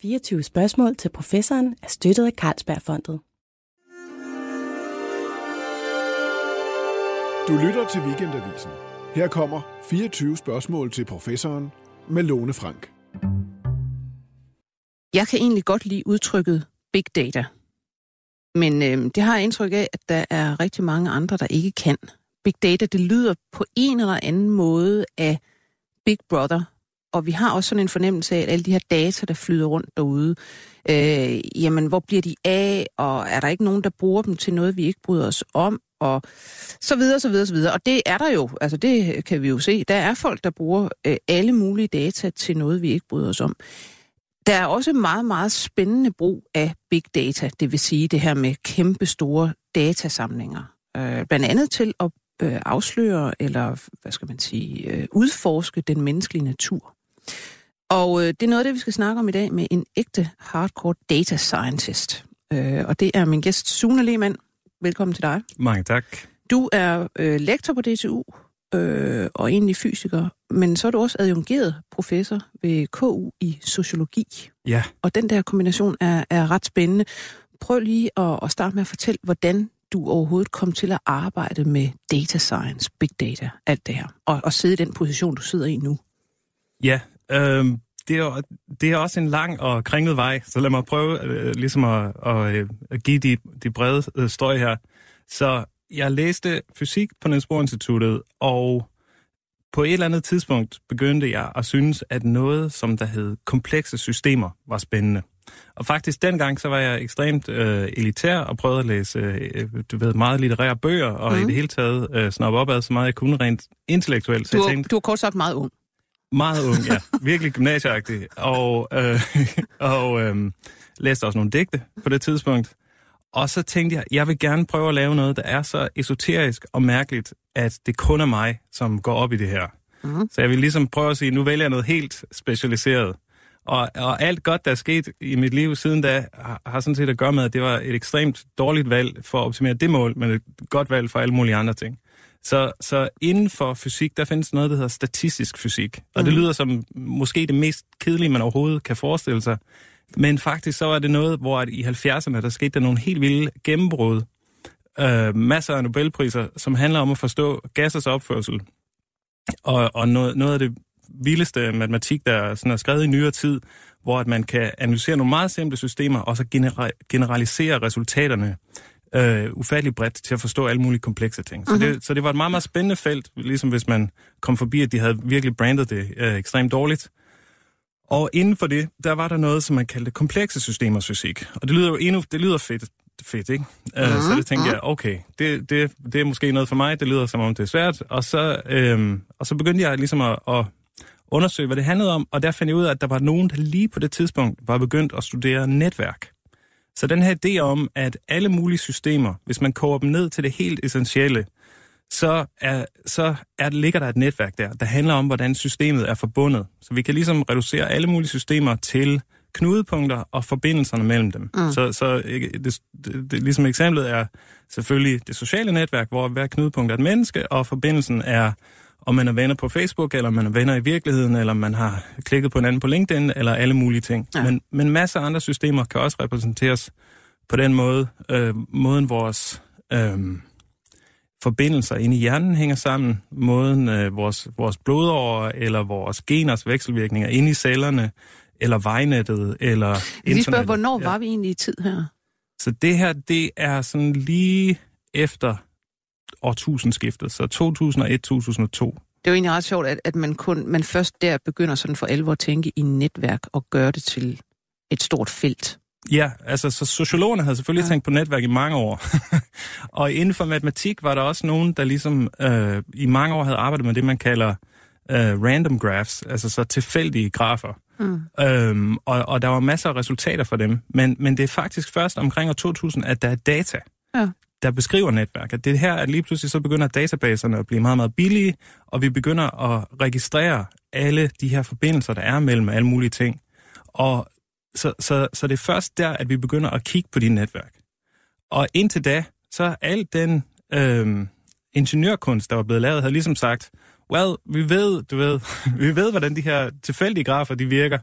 24 spørgsmål til professoren er støttet af Carlsbergfondet. Du lytter til Weekendavisen. Her kommer 24 spørgsmål til professoren med Lone Frank. Jeg kan egentlig godt lide udtrykket big data. Men det har jeg indtryk af, at der er rigtig mange andre, der ikke kan. Big data, det lyder på en eller anden måde af Big Brother. Og vi har også sådan en fornemmelse af, at alle de her data, der flyder rundt derude, jamen hvor bliver de af, og er der ikke nogen, der bruger dem til noget, vi ikke bryder os om, og så videre, så videre, så videre. Og det er der jo, altså det kan vi jo se. Der er folk, der bruger alle mulige data til noget, vi ikke bryder os om. Der er også meget, meget spændende brug af big data, det vil sige det her med kæmpe store datasamlinger. Blandt andet til at afsløre, eller hvad skal man sige, udforske den menneskelige natur. Og det er noget af det, vi skal snakke om i dag med en ægte hardcore data scientist. Og det er min gæst, Sune Lehmann. Velkommen til dig. Mange tak. Du er lektor på DTU og egentlig fysiker, men så er du også adjungeret professor ved KU i sociologi. Ja. Og den der kombination er ret spændende. Prøv lige at starte med at fortælle, hvordan du overhovedet kom til at arbejde med data science, big data, alt det her, og sidde i den position, du sidder i nu. Ja, det er også en lang og kringlet vej, så lad mig prøve ligesom at give de brede støj her. Så jeg læste fysik på Niels Bohr Instituttet, og på et eller andet tidspunkt begyndte jeg at synes, at noget, som der hed komplekse systemer, var spændende. Og faktisk dengang, så var jeg ekstremt elitær og prøvede at læse meget litterære bøger, og i det hele taget snoppe opad så meget jeg kunne rent intellektuelt. Så Du var kort sagt meget ung. Meget ung, ja. Virkelig gymnasieagtig. Og læste også nogle digte på det tidspunkt. Og så tænkte jeg vil gerne prøve at lave noget, der er så esoterisk og mærkeligt, at det kun er mig, som går op i det her. Så jeg vil ligesom prøve at sige, nu vælger jeg noget helt specialiseret. Og alt godt, der er sket i mit liv siden da, har sådan set at gøre med, at det var et ekstremt dårligt valg for at optimere det mål, men et godt valg for alle mulige andre ting. Så inden for fysik, der findes noget, der hedder statistisk fysik. Og det lyder som måske det mest kedelige, man overhovedet kan forestille sig. Men faktisk så er det noget, hvor i 70'erne, der skete der nogle helt vilde gennembrud. Masser af Nobelpriser, som handler om at forstå gassers opførsel. Og noget af det vildeste matematik, der sådan er skrevet i nyere tid, hvor at man kan analysere nogle meget simple systemer, og så generalisere resultaterne ufatteligt bredt til at forstå alle mulige komplekse ting. Så det var et meget, meget spændende felt, ligesom hvis man kom forbi, at de havde virkelig brandet det ekstremt dårligt. Og inden for det, der var der noget, som man kaldte komplekse systemers fysik. Og det lyder jo det lyder fedt, ikke? Så det tænkte jeg, okay, det er måske noget for mig, det lyder som om det er svært. Og så begyndte jeg ligesom at undersøge, hvad det handlede om, og der fandt jeg ud af, at der var nogen, der lige på det tidspunkt var begyndt at studere netværk. Så den her idé om, at alle mulige systemer, hvis man koger dem ned til det helt essentielle, ligger der et netværk der handler om, hvordan systemet er forbundet. Så vi kan ligesom reducere alle mulige systemer til knudepunkter og forbindelserne mellem dem. Så ligesom eksemplet er selvfølgelig det sociale netværk, hvor hver knudepunkt er et menneske, og forbindelsen er, om man er venner på Facebook, eller man er venner i virkeligheden, eller man har klikket på en anden på LinkedIn, eller alle mulige ting. Ja. Men masser af andre systemer kan også repræsenteres på den måde, måden vores forbindelser inde i hjernen hænger sammen, måden vores blodårer, eller vores geners vekselvirkninger inde i cellerne, eller vejnettet, eller internettet. Vi spørger, hvornår var vi egentlig i tid her? Så det her, det er sådan lige efter årtusindskiftet, så 2001-2002. Det er jo egentlig ret sjovt, at man først der begynder sådan for alvor at tænke i netværk og gøre det til et stort felt. Ja, altså så sociologerne havde selvfølgelig tænkt på netværk i mange år. Og inden for matematik var der også nogen, der ligesom i mange år havde arbejdet med det, man kalder random graphs, altså så tilfældige grafer. Og der var masser af resultater for dem. Men det er faktisk først omkring år 2000, at der er data, der beskriver netværk. At det her, at lige pludselig så begynder databaserne at blive meget, meget billige, og vi begynder at registrere alle de her forbindelser, der er mellem alle mulige ting. Og så det er først der, at vi begynder at kigge på de netværk. Og indtil da, så al den ingeniørkunst, der var blevet lavet, havde ligesom sagt, vi ved, hvordan de her tilfældige grafer, de virker.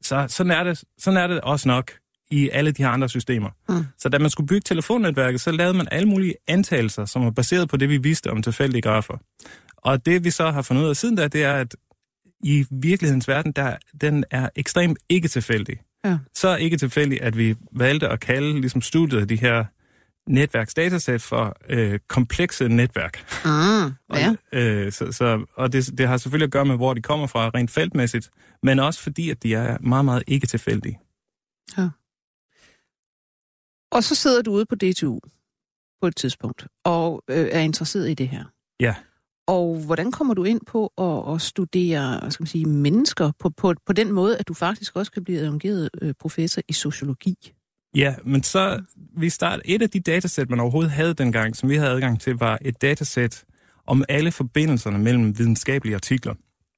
Så sådan er det også nok i alle de her andre systemer. Så da man skulle bygge telefonnetværket, så lavede man alle mulige antagelser, som var baseret på det, vi vidste om tilfældige grafer. Og det, vi så har fundet ud af siden da, det er, at i virkelighedens verden, den er ekstremt ikke tilfældig. Ja. Så ikke tilfældig, at vi valgte at kalde ligesom studiet af de her netværksdatasæt for komplekse netværk. Ja. Og det har selvfølgelig at gøre med, hvor de kommer fra rent feltmæssigt, men også fordi, at de er meget, meget ikke tilfældige. Ja. Og så sidder du ude på DTU på et tidspunkt og er interesseret i det her. Ja. Og hvordan kommer du ind på at studere, hvad skal man sige, mennesker på den måde, at du faktisk også kan blive adjungeret professor i sociologi? Ja, men så et af de datasæt, man overhovedet havde dengang, som vi havde adgang til, var et datasæt om alle forbindelserne mellem videnskabelige artikler.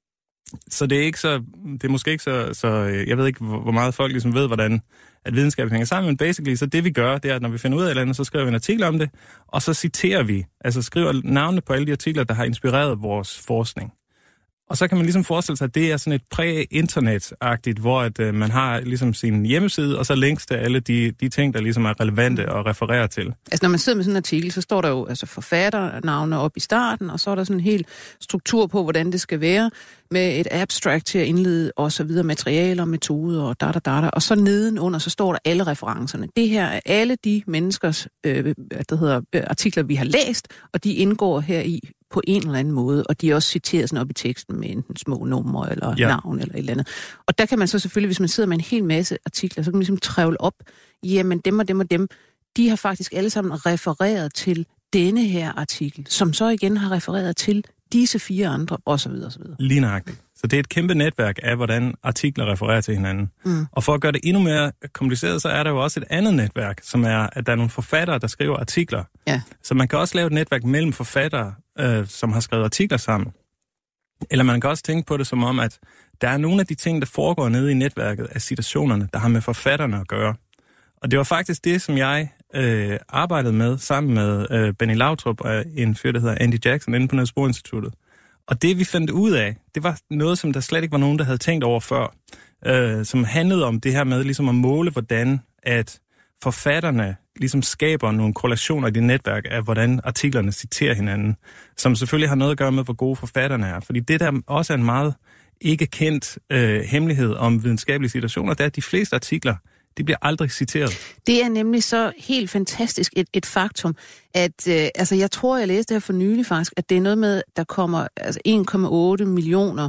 Så det er måske ikke så jeg ved ikke, hvor meget folk ligesom ved, hvordan at videnskab hænger sammen, men basically, så det vi gør, det er, at når vi finder ud af et eller andet, så skriver vi en artikel om det, og så citerer vi, altså skriver navnene på alle de artikler, der har inspireret vores forskning. Og så kan man ligesom forestille sig, at det er sådan et præ-internet-agtigt, hvor at, man har ligesom sin hjemmeside, og så links til alle de ting, der ligesom er relevante at referere til. Altså når man sidder med sådan en artikel, så står der jo altså forfatternavne op i starten, og så er der sådan en hel struktur på, hvordan det skal være, med et abstract til at indlede og så videre, materialer, metoder og data. Og så nedenunder, så står der alle referencerne. Det her er alle de menneskers artikler, vi har læst, og de indgår her i på en eller anden måde, og de er også citeret sådan op i teksten med enten små numre eller navn eller et eller andet. Og der kan man så selvfølgelig, hvis man sidder med en hel masse artikler, så kan man ligesom trævle op, jamen dem og dem, de har faktisk alle sammen refereret til denne her artikel, som så igen har refereret til disse 4 andre, osv. osv. Lige nøjagtigt. Så det er et kæmpe netværk af, hvordan artikler refererer til hinanden. Og for at gøre det endnu mere kompliceret, så er der jo også et andet netværk, som er, at der er nogle forfattere, der skriver artikler. Ja. Så man kan også lave et netværk mellem forfattere, som har skrevet artikler sammen. Eller man kan også tænke på det som om, at der er nogle af de ting, der foregår nede i netværket af citationerne, der har med forfatterne at gøre. Og det var faktisk det, som jeg arbejdede med sammen med Benny Lautrup og en fyr, der hedder Andy Jackson, inde på Niels Bohr Instituttet. Og det, vi fandt ud af, det var noget, som der slet ikke var nogen, der havde tænkt over før, som handlede om det her med ligesom at måle, hvordan at forfatterne ligesom skaber nogle korrelationer i det netværk af, hvordan artiklerne citerer hinanden, som selvfølgelig har noget at gøre med, hvor gode forfatterne er. Fordi det, der også er en meget ikke kendt hemmelighed om videnskabelige citationer, det er, at de fleste artikler, de bliver aldrig citeret. Det er nemlig så helt fantastisk et faktum, at jeg tror, jeg læste det her for nylig faktisk, at det er noget med, der kommer 1,8 millioner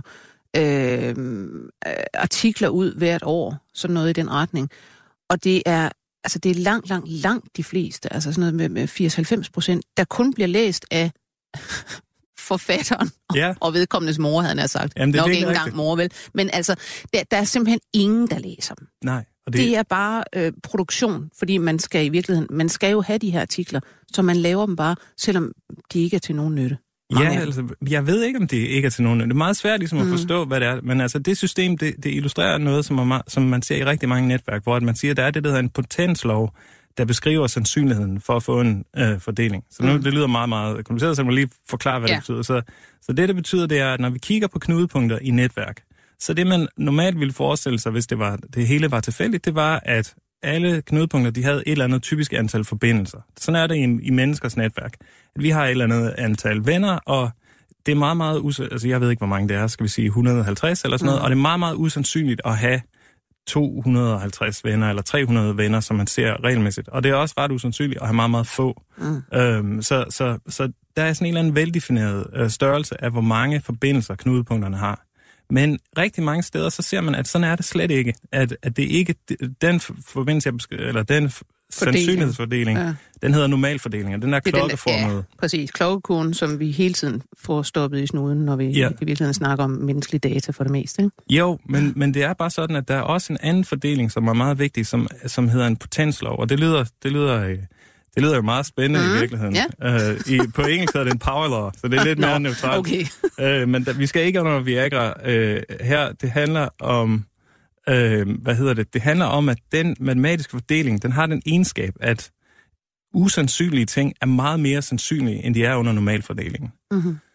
artikler ud hvert år, sådan noget i den retning. Og det er langt de fleste, altså sådan noget med 80-90%, der kun bliver læst af forfatteren og vedkommendes mor, havde han sagt. Jamen, nok ikke engang mor, vel? Men altså, der er simpelthen ingen, der læser dem. Nej. Og det er bare produktion, fordi man skal jo have de her artikler, så man laver dem bare, selvom de ikke er til nogen nytte. Jeg ved ikke, om det ikke er til nogen nytte. Det er meget svært ligesom at forstå, hvad det er. Men altså, det system, det illustrerer noget, som man ser i rigtig mange netværk, hvor man siger, at der er det, der hedder en potenslov, der beskriver sandsynligheden for at få en fordeling. Så nu, det lyder meget, meget kompliceret, så jeg må lige forklare, hvad det betyder. Så det betyder, det er, at når vi kigger på knudepunkter i netværk, så det, man normalt ville forestille sig, hvis det hele var tilfældigt, det var, at alle knudepunkter, de havde et eller andet typisk antal forbindelser. Sådan er det i menneskers netværk. Vi har et eller andet antal venner, og det er meget, meget jeg ved ikke, hvor mange det er, skal vi sige 150 eller sådan noget, og det er meget, meget usandsynligt at have 250 venner eller 300 venner, som man ser regelmæssigt. Og det er også ret usandsynligt at have meget, meget få. Så der er sådan en eller anden veldefineret størrelse af, hvor mange forbindelser knudepunkterne har. Men rigtig mange steder, så ser man, at sådan er det slet ikke. At det ikke den forbindelse, eller den sandsynlighedsfordeling, den hedder normalfordeling, og den er klokkeformet. Ja, præcis. Klokkekuglen, som vi hele tiden får stoppet i snuden, når vi i virkeligheden snakker om menneskelige data for det meste. Ikke? Jo, men det er bare sådan, at der er også en anden fordeling, som er meget vigtig, som hedder en potenslov, og det lyder jo meget spændende i virkeligheden. Yeah. På engelsk hedder det en power law, så det er lidt mere neutralt. Okay. Men vi skal ikke under Viagra her. Det handler om, det handler om, at den matematiske fordeling, den har den egenskab, at usandsynlige ting er meget mere sandsynlige, end de er under normalfordelingen. Mm-hmm.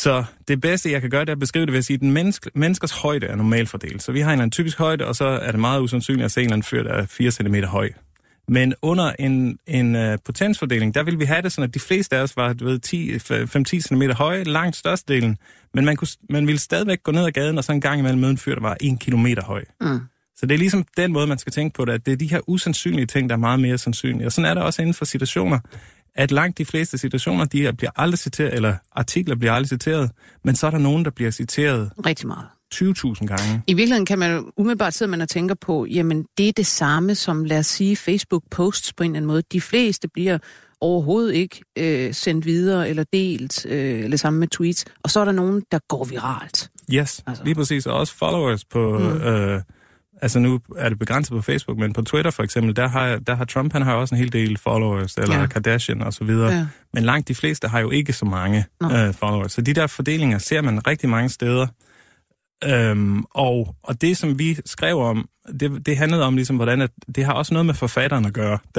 Så det bedste, jeg kan gøre, det er at beskrive det ved at sige, at menneskers højde er normalfordelt. Så vi har en typisk højde, og så er det meget usandsynligt at se en eller anden fyr, der er 4 cm høj. Men under en potensfordeling, der vil vi have det sådan, at de fleste af os var 5-10 cm høje, langt størstedelen. Men man ville stadigvæk gå ned ad gaden, og så en gang imellem møde en fyr, der var 1 kilometer høj. Så det er ligesom den måde, man skal tænke på det, at det er de her usandsynlige ting, der er meget mere sandsynlige. Og sådan er det også inden for situationer, at langt de fleste situationer, de bliver aldrig citeret, eller artikler bliver aldrig citeret, men så er der nogen, der bliver citeret rigtig meget. 20.000 gange. I virkeligheden kan man jo umiddelbart sidde man og tænker på, jamen det er det samme som, lad os sige, Facebook-posts på en eller anden måde. De fleste bliver overhovedet ikke sendt videre eller delt, eller sammen med tweets. Og så er der nogen, der går viralt. Yes, altså. Lige præcis. Og også followers på... altså nu er det begrænset på Facebook, men på Twitter for eksempel, der har Trump, han har også en hel del followers, eller Kardashian og så videre. Ja. Men langt de fleste har jo ikke så mange followers. Så de der fordelinger ser man rigtig mange steder. Og det, som vi skrev om, det handlede om ligesom, hvordan at det har også noget med forfatteren at gøre. Der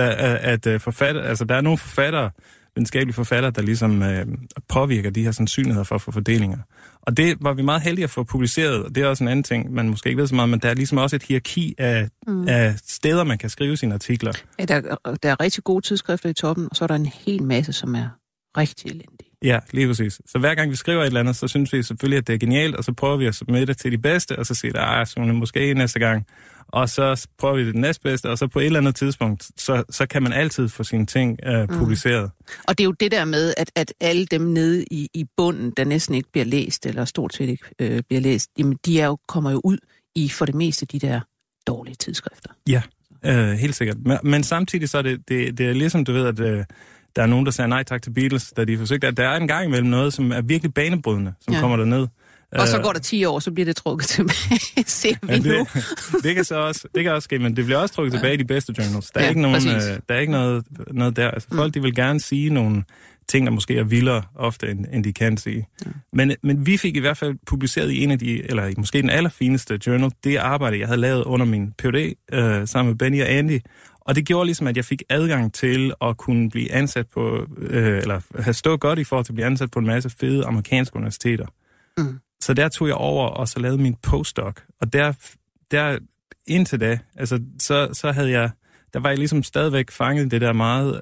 er nogle forfattere, videnskabelige forfattere, der ligesom påvirker de her sandsynligheder for at få fordelinger. Og det var vi meget heldige at få publiceret, og det er også en anden ting, man måske ikke ved så meget, men der er ligesom også et hierarki af steder, man kan skrive sine artikler. Ja, der er rigtig gode tidsskrifter i toppen, og så er der en hel masse, som er rigtig elendige. Ja, lige præcis. Så hver gang vi skriver et eller andet, så synes vi selvfølgelig, at det er genialt, og så prøver vi at submitte det til de bedste, og så siger der, så måske næste gang. Og så prøver vi det næstbedste, og så på et eller andet tidspunkt, så kan man altid få sine ting publiceret. Og det er jo det der med, at alle dem nede i bunden, der næsten ikke bliver læst, eller stort set ikke bliver læst, jamen de kommer jo ud i for det meste de der dårlige tidsskrifter. Ja, helt sikkert. Men samtidig så er det er ligesom, du ved, at der er nogen, der siger nej tak til Beatles, da de forsøgte, at der er en gang imellem noget, som er virkelig banebrydende, som kommer derned. Og så går der 10 år, så bliver det trukket tilbage, ser vi nu. Det kan også ske, men det bliver også trukket tilbage i de bedste journals. Der er ikke noget der. Altså folk, de vil gerne sige nogle ting, der måske er vildere ofte, end de kan sige. Men vi fik i hvert fald publiceret i en af de, eller måske den allerfineste journal, det arbejde, jeg havde lavet under min PhD, sammen med Benny og Andy. Og det gjorde ligesom, at jeg fik adgang til at kunne blive ansat på, eller have stået godt i forhold til at blive ansat på en masse fede amerikanske universiteter. Så der tog jeg over og så lavede min postdoc. Og der indtil da, altså så havde jeg, der var jeg ligesom stadigvæk fanget det der meget,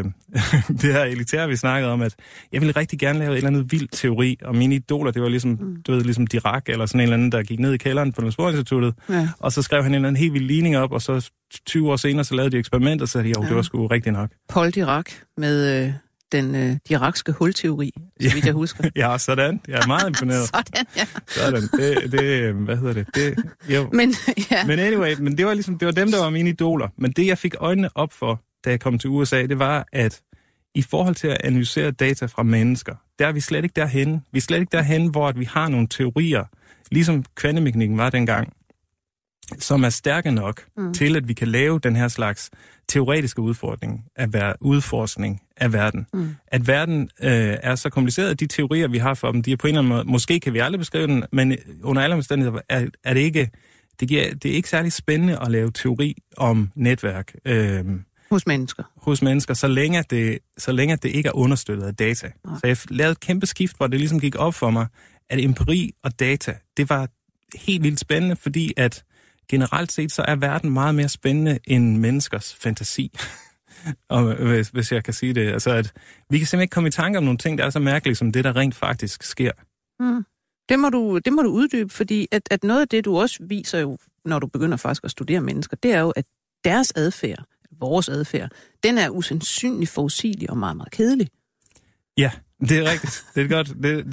det her elitære, vi snakkede om, at jeg ville rigtig gerne lave et eller andet vild teori, og mine idoler, det var ligesom, du ved, ligesom Dirac, eller sådan en eller anden, der gik ned i kælderen på Niels Bohr Instituttet, og så skrev han en eller anden helt vild ligning op, og så 20 år senere, så lavede de eksperimenter, og så sagde de, det var sgu rigtigt nok. Paul Dirac med den diracske hulteori, så vidt jeg husker. Ja, sådan. Jeg er meget imponeret. Sådan, ja. Sådan. Det hvad hedder det? Jo. Men anyway, men det var dem, der var mine idoler. Men det, jeg fik øjnene op for, da jeg kom til USA, det var, at i forhold til at analysere data fra mennesker, der er vi slet ikke derhenne. Vi er slet ikke derhenne, hvor vi har nogle teorier, ligesom kvantemekanikken var dengang, som er stærke nok til, at vi kan lave den her slags teoretiske udforskning af verden. At verden er så kompliceret, at de teorier, vi har for dem, de er på en eller anden måde, måske kan vi aldrig beskrive den, men under alle omstændigheder er det ikke, det er ikke særlig spændende at lave teori om netværk. Hos mennesker, så længe det ikke er understøttet af data. Så jeg lavede et kæmpe skift, hvor det ligesom gik op for mig, at empiri og data, det var helt vildt spændende, fordi at generelt set, så er verden meget mere spændende end menneskers fantasi. Og hvis jeg kan sige det. Altså, at vi kan simpelthen ikke komme i tanke om nogle ting, der er så mærkelige, som det, der rent faktisk sker. Det må du uddybe, fordi at noget af det, du også viser jo, når du begynder faktisk at studere mennesker, det er jo, at deres adfærd, vores adfærd, den er usandsynlig forudsigelig og meget, meget kedelig. Ja, det er rigtigt. Det er godt.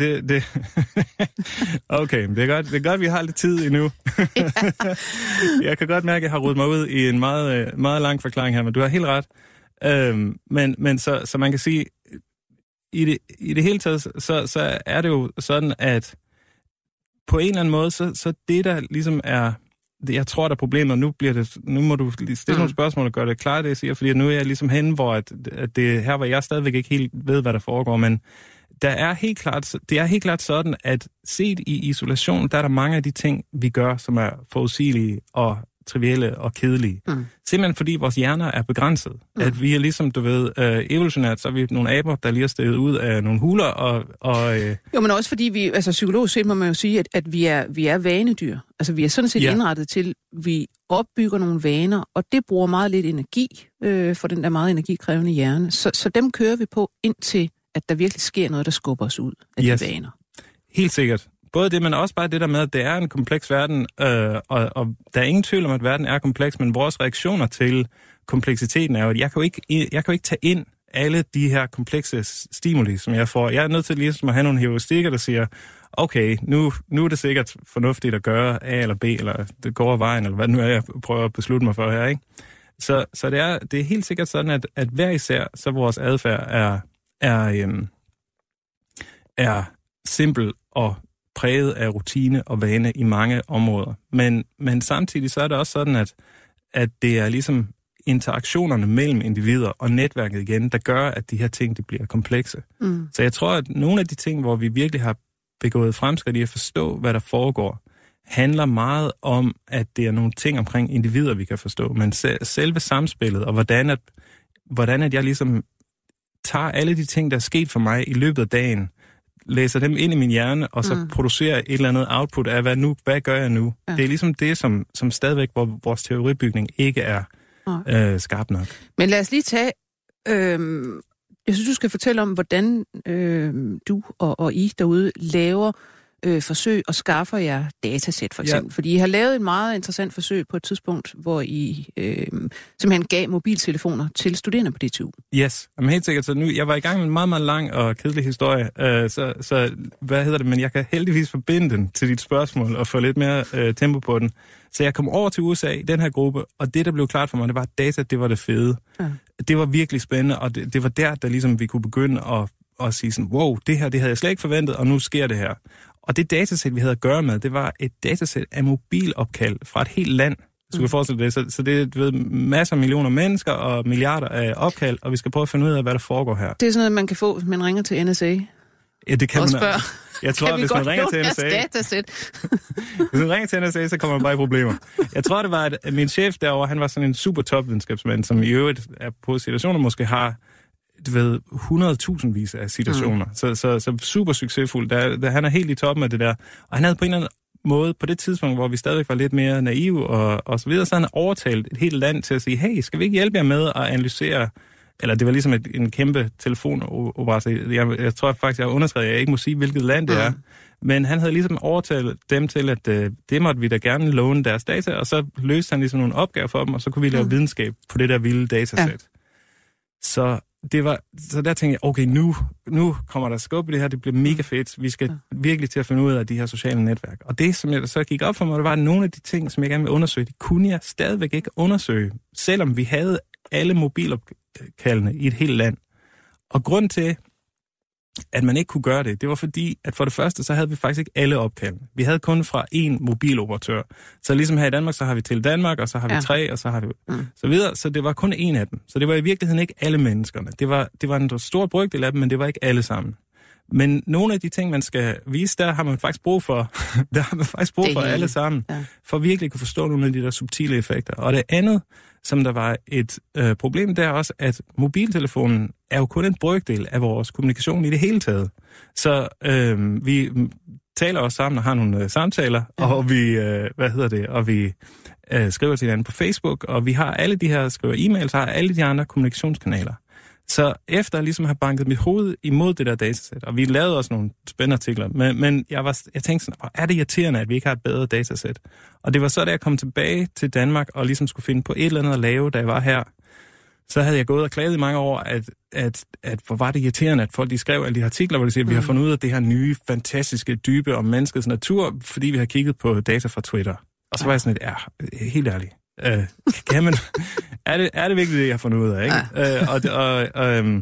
Okay, det er godt, vi har lidt tid endnu. Jeg kan godt mærke, at jeg har rodet mig ud i en meget, meget lang forklaring her, men du har helt ret. Men så man kan sige, i det hele taget, så er det jo sådan, at på en eller anden måde, så det, der ligesom er, jeg tror, der er problemet, nu må du stille nogle spørgsmål og gøre det klart, det jeg siger, fordi nu er jeg ligesom henne, hvor at det her, hvor jeg stadigvæk ikke helt ved, hvad der foregår, men det er helt klart sådan, at set i isolation, der er der mange af de ting, vi gør, som er forudsigelige, og trivielle og kedelige. Simpelthen fordi vores hjerner er begrænset. At vi er ligesom, du ved, evolutionært, så er vi nogle aber, der lige er steget ud af nogle huler. Jo, men også fordi vi, altså psykologisk set må man jo sige, at vi er vanedyr. Altså vi er sådan set indrettet til, vi opbygger nogle vaner, og det bruger meget lidt energi for den der meget energikrævende hjerne. Så dem kører vi på indtil, at der virkelig sker noget, der skubber os ud af de vaner. Helt sikkert. Både det, men også bare det der med, at det er en kompleks verden, og der er ingen tvivl om, at verden er kompleks, men vores reaktioner til kompleksiteten er jo, at jeg kan jo ikke tage ind alle de her komplekse stimuli, som jeg får. Jeg er nødt til ligesom at have nogle heuristikker, der siger, okay, nu er det sikkert fornuftigt at gøre A eller B, eller det går af vejen, eller hvad nu er, jeg prøver at beslutte mig for her, ikke? Så det er helt sikkert sådan, at hver især, så vores adfærd er simpel og præget af rutine og vane i mange områder. Men samtidig så er det også sådan, at det er ligesom interaktionerne mellem individer og netværket igen, der gør, at de her ting, de bliver komplekse. Så jeg tror, at nogle af de ting, hvor vi virkelig har begået fremskridt i at forstå, hvad der foregår, handler meget om, at det er nogle ting omkring individer, vi kan forstå. Men selve samspillet, og hvordan at jeg ligesom tager alle de ting, der er sket for mig i løbet af dagen, læser dem ind i min hjerne, og så producerer et eller andet output af, hvad gør jeg nu? Ja. Det er ligesom det, som stadigvæk, hvor vores teoribygning ikke er skarp nok. Men lad os lige tage... jeg synes, du skal fortælle om, hvordan du og I derude laver forsøg og skaffer jer datasæt, for eksempel. Ja. Fordi I har lavet et meget interessant forsøg på et tidspunkt, hvor I simpelthen gav mobiltelefoner til studerende på DTU. Yes, men helt sikkert. Så nu, jeg var i gang med en meget, meget lang og kedelig historie, så hvad hedder det, men jeg kan heldigvis forbinde den til dit spørgsmål og få lidt mere tempo på den. Så jeg kom over til USA i den her gruppe, og det, der blev klart for mig, det var, at data, det var det fede. Ja. Det var virkelig spændende, og det var der ligesom vi kunne begynde at sige sådan, wow, det her, det havde jeg slet ikke forventet, og nu sker det her. Og det datasæt, vi havde at gøre med, det var et datasæt af mobilopkald fra et helt land. Så du kan forestille det. Så det er, du ved, masser af millioner mennesker og milliarder af opkald, og vi skal prøve at finde ud af, hvad der foregår her. Det er sådan noget, man kan få, hvis man ringer til NSA. Ja, det kan og man. Spørge, jeg tror, at hvis man ringer til NSA... hvis man ringer til NSA, så kommer man bare i problemer. Jeg tror, det var, at min chef derovre, han var sådan en super topvidenskabsmand, som i øvrigt er på situationer, måske har, du ved, 100.000 af situationer. Så super succesfuld. Han er helt i toppen af det der. Og han havde på en eller anden måde, på det tidspunkt, hvor vi stadig var lidt mere naive og så videre, så han havde overtalt et helt land til at sige, hey, skal vi ikke hjælpe jer med at analysere, eller det var ligesom en kæmpe telefonoperation. Jeg tror faktisk, jeg har underskrevet, at jeg ikke må sige, hvilket land det er. Men han havde ligesom overtalt dem til, at det måtte vi da gerne låne deres data, og så løste han ligesom nogle opgaver for dem, og så kunne vi lave videnskab på det der vilde datasæt. Ja. Så der tænkte jeg, okay, nu kommer der skub i det her, det bliver mega fedt. Vi skal virkelig til at finde ud af de her sociale netværk. Og det, som jeg så gik op for mig, det var, at nogle af de ting, som jeg gerne ville undersøge, det kunne jeg stadigvæk ikke undersøge, selvom vi havde alle mobilopkaldene i et helt land. Og grund til, at man ikke kunne gøre det, det var fordi, at for det første, så havde vi faktisk ikke alle opkaldene. Vi havde kun fra én mobiloperatør. Så ligesom her i Danmark, så har vi til Danmark, og så har vi 3, og så har vi så videre. Så det var kun én af dem. Så det var i virkeligheden ikke alle menneskerne. Det var en stor brøkdel af dem, men det var ikke alle sammen. Men nogle af de ting, man skal vise, der har man faktisk brug for, alle sammen, for virkelig at kunne forstå nogle af de der subtile effekter. Og det andet, som der var et problem, der er også, at mobiltelefonen er jo kun en brøkdel af vores kommunikation i det hele taget. Så vi taler også sammen og har nogle samtaler, og vi, og vi skriver til hinanden på Facebook, og vi har alle de her, skriver e-mails, og har alle de andre kommunikationskanaler. Så efter ligesom at have banket mit hoved imod det der datasæt, og vi lavede også nogle spændende artikler, men jeg tænkte sådan, er det irriterende, at vi ikke har et bedre datasæt? Og det var så, da jeg kom tilbage til Danmark, og ligesom skulle finde på et eller andet at lave, da jeg var her, så havde jeg gået og klaget i mange år, at hvor var det irriterende, at folk de skrev alle de artikler, hvor de siger, at vi har fundet ud af det her nye, fantastiske dybe om menneskets natur, fordi vi har kigget på data fra Twitter. Og så var jeg sådan lidt, helt ærligt. Kan man, er det virkelig det, jeg har fundet ud af, ikke?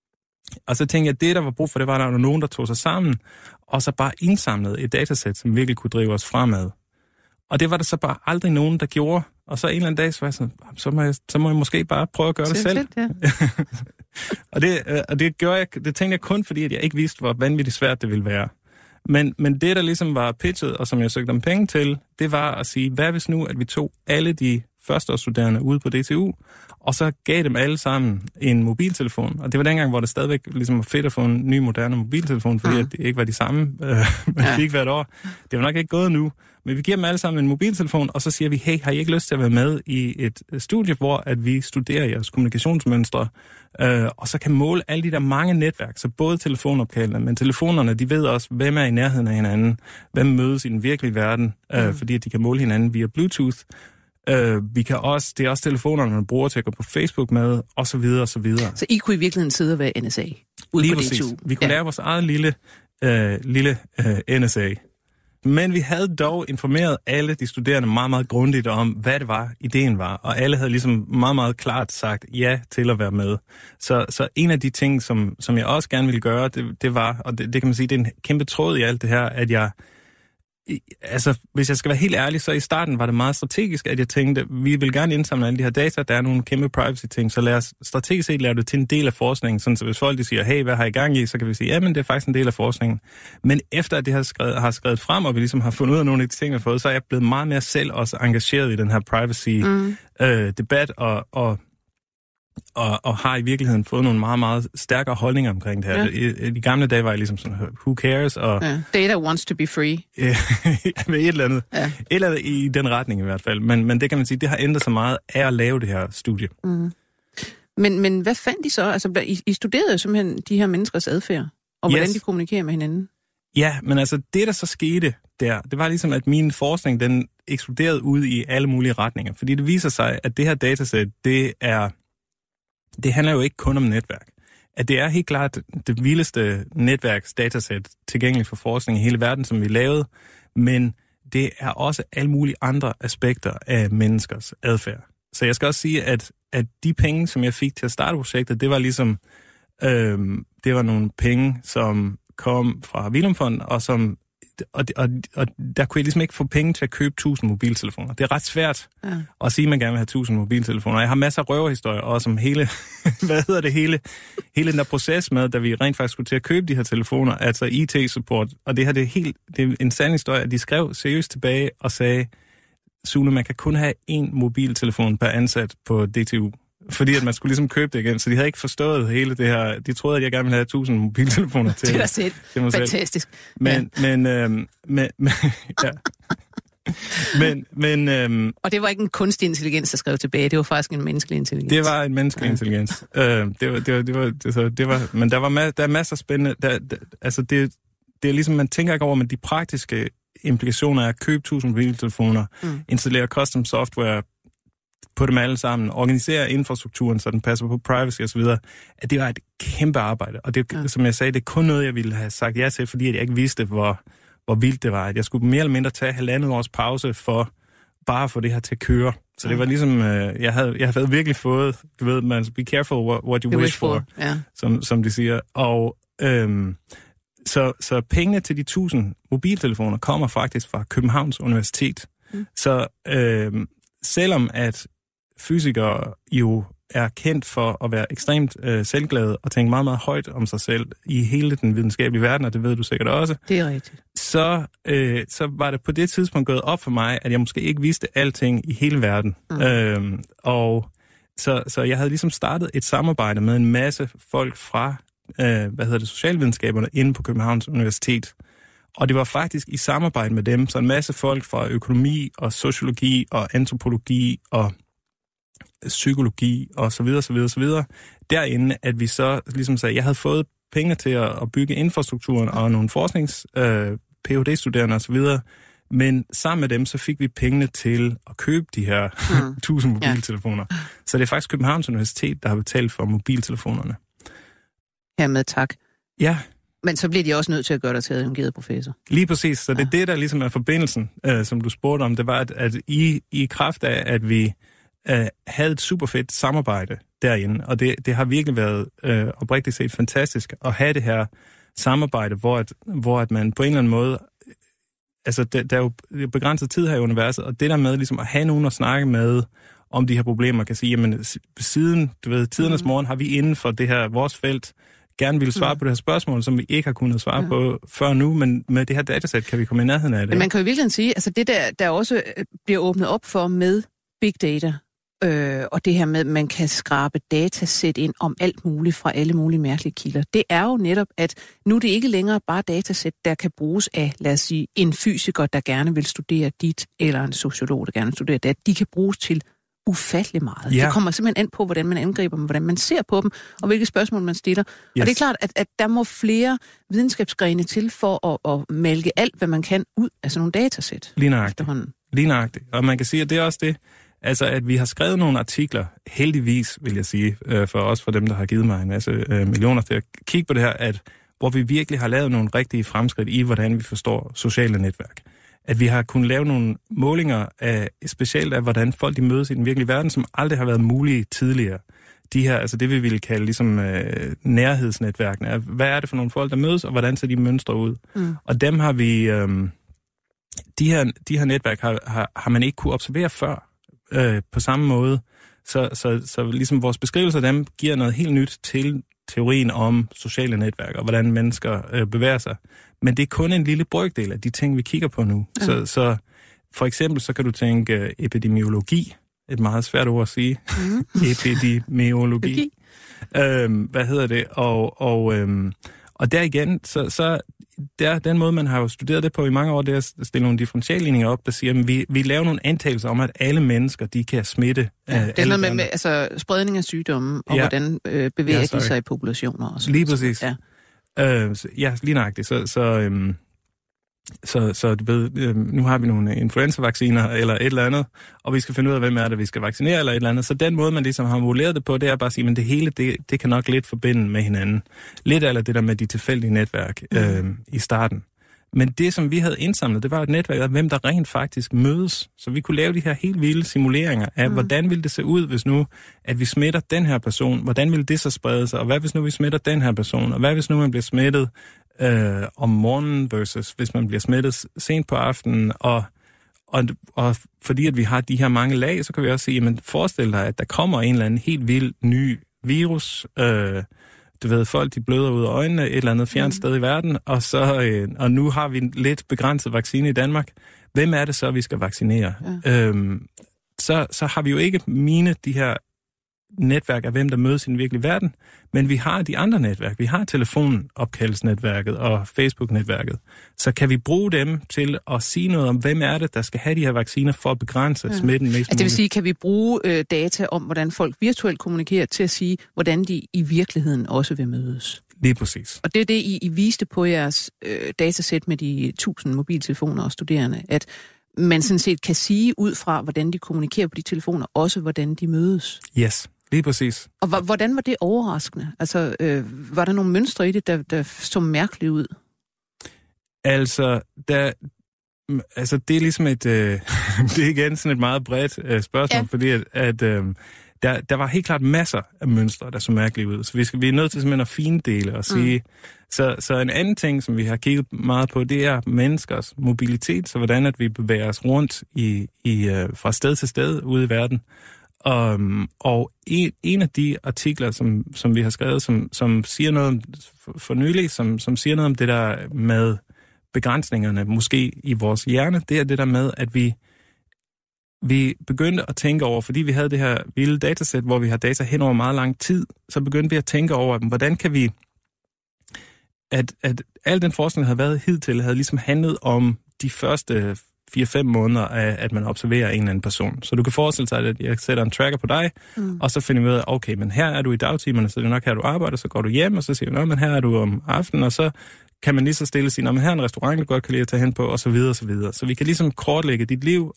Og så tænkte jeg, at det, der var brug for, det var, at der var nogen, der tog sig sammen, og så bare indsamlede et datasæt, som virkelig kunne drive os fremad. Og det var der så bare aldrig nogen, der gjorde. Og så en eller anden dag, så var jeg sådan, så må jeg måske bare prøve at gøre det selv. Ja. og det gjorde jeg, det tænkte jeg kun fordi, at jeg ikke vidste, hvor vanvittigt svært det ville være. Men det, der ligesom var pitchet, og som jeg søgte om penge til, det var at sige, hvad hvis nu, at vi tog alle de førsteårsstuderende ude på DTU, og så gav dem alle sammen en mobiltelefon. Og det var dengang, hvor det stadigvæk ligesom var fedt at få en ny, moderne mobiltelefon, fordi at det ikke var de samme, man fik hvert år. Det var nok ikke gået nu. Men vi giver dem alle sammen en mobiltelefon, og så siger vi, hey, har I ikke lyst til at være med i et studie, hvor at vi studerer jeres kommunikationsmønstre, og så kan måle alle de der mange netværk, så både telefonopkaldene, men telefonerne, de ved også, hvem er i nærheden af hinanden, hvem mødes i den virkelige verden, fordi at de kan måle hinanden via Bluetooth. Vi kan også, det er også telefonerne, man bruger til at gå på Facebook med, og så videre, og så videre. Så I kunne i virkeligheden sidde og være NSA? Lige præcis. Vi kunne lave vores eget lille NSA. Men vi havde dog informeret alle de studerende meget, meget grundigt om, hvad det var, ideen var. Og alle havde ligesom meget, meget klart sagt ja til at være med. Så en af de ting, som jeg også gerne ville gøre, det var, og det kan man sige, det er en kæmpe tråd i alt det her, at jeg... Altså, hvis jeg skal være helt ærlig, så i starten var det meget strategisk, at jeg tænkte, vi vil gerne indsamle alle de her data, der er nogle kæmpe privacy-ting, så lad os strategisk set lave det til en del af forskningen, sådan så hvis folk de siger, hey, hvad har I gang i, så kan vi sige, ja, men det er faktisk en del af forskningen. Men efter at det har skrevet frem, og vi ligesom har fundet ud af nogle af de ting, vi har fået, så er jeg blevet meget mere selv også engageret i den her privacy-debat, og har i virkeligheden fået nogle meget, meget stærkere holdninger omkring det her. Ja. I de gamle dage var jeg ligesom sådan, who cares? Og, data wants to be free. Med et eller andet. Ja. Et eller andet i den retning i hvert fald. Men det kan man sige, det har ændret sig meget af at lave det her studie. Mm. Men hvad fandt I så? Altså, I studerede simpelthen de her menneskers adfærd, og hvordan de kommunikerer med hinanden? Ja, men altså det, der så skete der, det var ligesom, at min forskning, den eksploderede ud i alle mulige retninger. Fordi det viser sig, at det her datasæt, det handler jo ikke kun om netværk. At det er helt klart det vildeste netværksdatasæt tilgængeligt for forskning i hele verden, som vi lavede, men det er også alle mulige andre aspekter af menneskers adfærd. Så jeg skal også sige, at de penge, som jeg fik til at starte projektet, det var ligesom, det var nogle penge, som kom fra Willum Fonden, og der kunne jeg ligesom ikke få penge til at købe 1000 mobiltelefoner. Det er ret svært at sige, at man gerne vil have 1000 mobiltelefoner. Jeg har masser af røverhistorier også om hele den der proces med, da vi rent faktisk skulle til at købe de her telefoner, altså IT-support. Og det her, det er en sand historie, at de skrev seriøst tilbage og sagde, Sune, man kan kun have 1 mobiltelefon per ansat på DTU. Fordi at man skulle ligesom købe det igen, så de havde ikke forstået hele det her. De troede, at jeg gerne ville have 1000 mobiltelefoner til. Det er set. Fantastisk. Og det var ikke en kunstig intelligens, der skrev tilbage. Det var faktisk en menneskelig intelligens. Det var en menneskelig intelligens. Men der er masser af spændende. Det er ligesom, man tænker ikke over, men de praktiske implikationer er at købe 1000 mobiltelefoner, installere custom software på dem alle sammen, organisere infrastrukturen, så den passer på privacy osv., at det var et kæmpe arbejde. Og det, som jeg sagde, det er kun noget, jeg ville have sagt ja til, fordi jeg ikke vidste, hvor vildt det var. At jeg skulle mere eller mindre tage 1,5 års pause for bare at få det her til at køre. Så det var ligesom, jeg havde virkelig fået, du ved, man be careful what you wish for, som de siger. Og så pengene til de 1000 mobiltelefoner kommer faktisk fra Københavns Universitet. Så selvom at fysikere jo er kendt for at være ekstremt selvglade og tænke meget, meget højt om sig selv i hele den videnskabelige verden, og det ved du sikkert også. Det er rigtigt. Så var det på det tidspunkt gået op for mig, at jeg måske ikke vidste alting i hele verden. Og så jeg havde ligesom startet et samarbejde med en masse folk fra socialvidenskaberne inde på Københavns Universitet. Og det var faktisk i samarbejde med dem, så en masse folk fra økonomi og sociologi og antropologi og psykologi og så videre, derinde, at vi så ligesom sagde, jeg havde fået penge til at bygge infrastrukturen og nogle Ph.D.-studerende og så videre, men sammen med dem, så fik vi pengene til at købe de her 1000 mobiltelefoner. Så det er faktisk Københavns Universitet, der har betalt for mobiltelefonerne. Hermed tak. Ja. Men så bliver de også nødt til at gøre dig til adjungeret professor. Lige præcis. Så det er det, der ligesom er forbindelsen, som du spurgte om. Det var, at i kraft af, at vi havde et super fedt samarbejde derinde, og det har virkelig været oprigtigt set fantastisk at have det her samarbejde, hvor at man på en eller anden måde, altså der er jo begrænset tid her i universet, og det der med ligesom at have nogen at snakke med om de her problemer, kan sige, jamen siden, du ved, tidernes morgen har vi inden for det her, vores felt, gerne ville svare på det her spørgsmål, som vi ikke har kunnet svare på før nu, men med det her datasæt kan vi komme i nærheden af det. Men man kan jo virkelig sige, altså det der også bliver åbnet op for med big data, og det her med, at man kan skrabe datasæt ind om alt muligt fra alle mulige mærkelige kilder, det er jo netop, at nu er det ikke længere bare datasæt, der kan bruges af, lad os sige, en fysiker, der gerne vil studere dit, eller en sociolog, der gerne vil studere det. De kan bruges til ufattelig meget. Ja. Det kommer simpelthen an på, hvordan man angriber dem, hvordan man ser på dem, og hvilke spørgsmål man stiller. Yes. Og det er klart, at der må flere videnskabsgrene til for at mælke alt, hvad man kan ud af sådan nogle datasæt. Lige nøjagtigt. Og man kan sige, at det er også det, altså at vi har skrevet nogle artikler, heldigvis vil jeg sige, for dem, der har givet mig en masse millioner til at kigge på det her, hvor vi virkelig har lavet nogle rigtige fremskridt i, hvordan vi forstår sociale netværk. At vi har kunnet lave nogle målinger specielt af, hvordan folk de mødes i den virkelige verden, som aldrig har været mulige tidligere. De her, altså det vi ville kalde ligesom nærhedsnetværkene. Hvad er det for nogle folk, der mødes, og hvordan ser de mønstre ud? Og dem har vi, de her netværk har man ikke kunne observere før på samme måde. Så ligesom vores beskrivelse af dem giver noget helt nyt til teorien om sociale netværk, og hvordan mennesker bevæger sig. Men det er kun en lille brøkdel af de ting, vi kigger på nu. Så for eksempel, så kan du tænke epidemiologi, et meget svært ord at sige. Epidemiologi. Hvad hedder det? Og der igen, så der, den måde, man har jo studeret det på i mange år, det er at stille nogle differentialligninger op, der siger, at vi laver nogle antagelser om, at alle mennesker, de kan smitte. Det er noget med altså, spredning af sygdomme, og hvordan bevæger de sig i populationer. Og sådan. Lige præcis. Ja, lige nøjagtigt. Så du ved, nu har vi nogle influenza-vacciner eller et eller andet, og vi skal finde ud af, hvem er det, vi skal vaccinere eller et eller andet. Så den måde, man ligesom har modelleret det på, det er bare at sige, men det hele, det kan nok lidt forbinde med hinanden. Lidt eller det der med de tilfældige netværk i starten. Men det, som vi havde indsamlet, det var et netværk af, hvem der rent faktisk mødes. Så vi kunne lave de her helt vilde simuleringer af, hvordan ville det se ud, hvis nu, at vi smitter den her person? Hvordan ville det så sprede sig? Og hvad hvis nu, vi smitter den her person? Og hvad hvis nu, man bliver smittet om morgenen versus hvis man bliver smittet sent på aftenen? Og fordi at vi har de her mange lag, så kan vi også sige, jamen forestil dig, at der kommer en eller anden helt vild ny virus. Du ved, folk de bløder ud af øjnene et eller andet fjernt sted i verden, og nu har vi en lidt begrænset vaccine i Danmark. Hvem er det så, vi skal vaccinere? Ja. Så har vi jo ikke de her netværk af hvem, der mødes i den virkelige verden, men vi har de andre netværk. Vi har telefonopkaldsnetværket og Facebook-netværket. Så kan vi bruge dem til at sige noget om, hvem er det, der skal have de her vacciner for at begrænse smitten mest muligt. Det vil sige, kan vi bruge data om, hvordan folk virtuelt kommunikerer til at sige, hvordan de i virkeligheden også vil mødes? Lige præcis. Og det er det, I viste på jeres datasæt med de 1000 mobiltelefoner og studerende, at man sådan set kan sige ud fra, hvordan de kommunikerer på de telefoner, også hvordan de mødes. Yes. Lige præcis. Og hvordan var det overraskende? Altså, var der nogle mønstre i det, der så mærkeligt ud? Altså, det er ligesom det er igen sådan et meget bredt spørgsmål, fordi at der var helt klart masser af mønstre, der så mærkeligt ud. Så vi er nødt til simpelthen at findele og sige. Så en anden ting, som vi har kigget meget på, det er menneskers mobilitet, så hvordan at vi bevæger os rundt fra sted til sted ude i verden. Og en af de artikler, som vi har skrevet, som siger noget om, for nylig, som siger noget om det der med begrænsningerne, måske i vores hjerne, det er det der med, at vi begyndte at tænke over, fordi vi havde det her vilde datasæt, hvor vi har data hen over meget lang tid, så begyndte vi at tænke over, hvordan kan vi, at al den forskning, der havde været hidtil, havde ligesom handlet om de første 4-5 måneder af, at man observerer en eller anden person. Så du kan forestille sig, at jeg sætter en tracker på dig, og så finder vi ud af, okay, men her er du i dagtimerne, så det er nok her, du arbejder, så går du hjem, og så siger vi, men her er du om aftenen, og så kan man lige så stille sige, men her er en restaurant, du godt kan lide at tage hen på, og så videre, og så videre. Så vi kan ligesom kortlægge dit liv,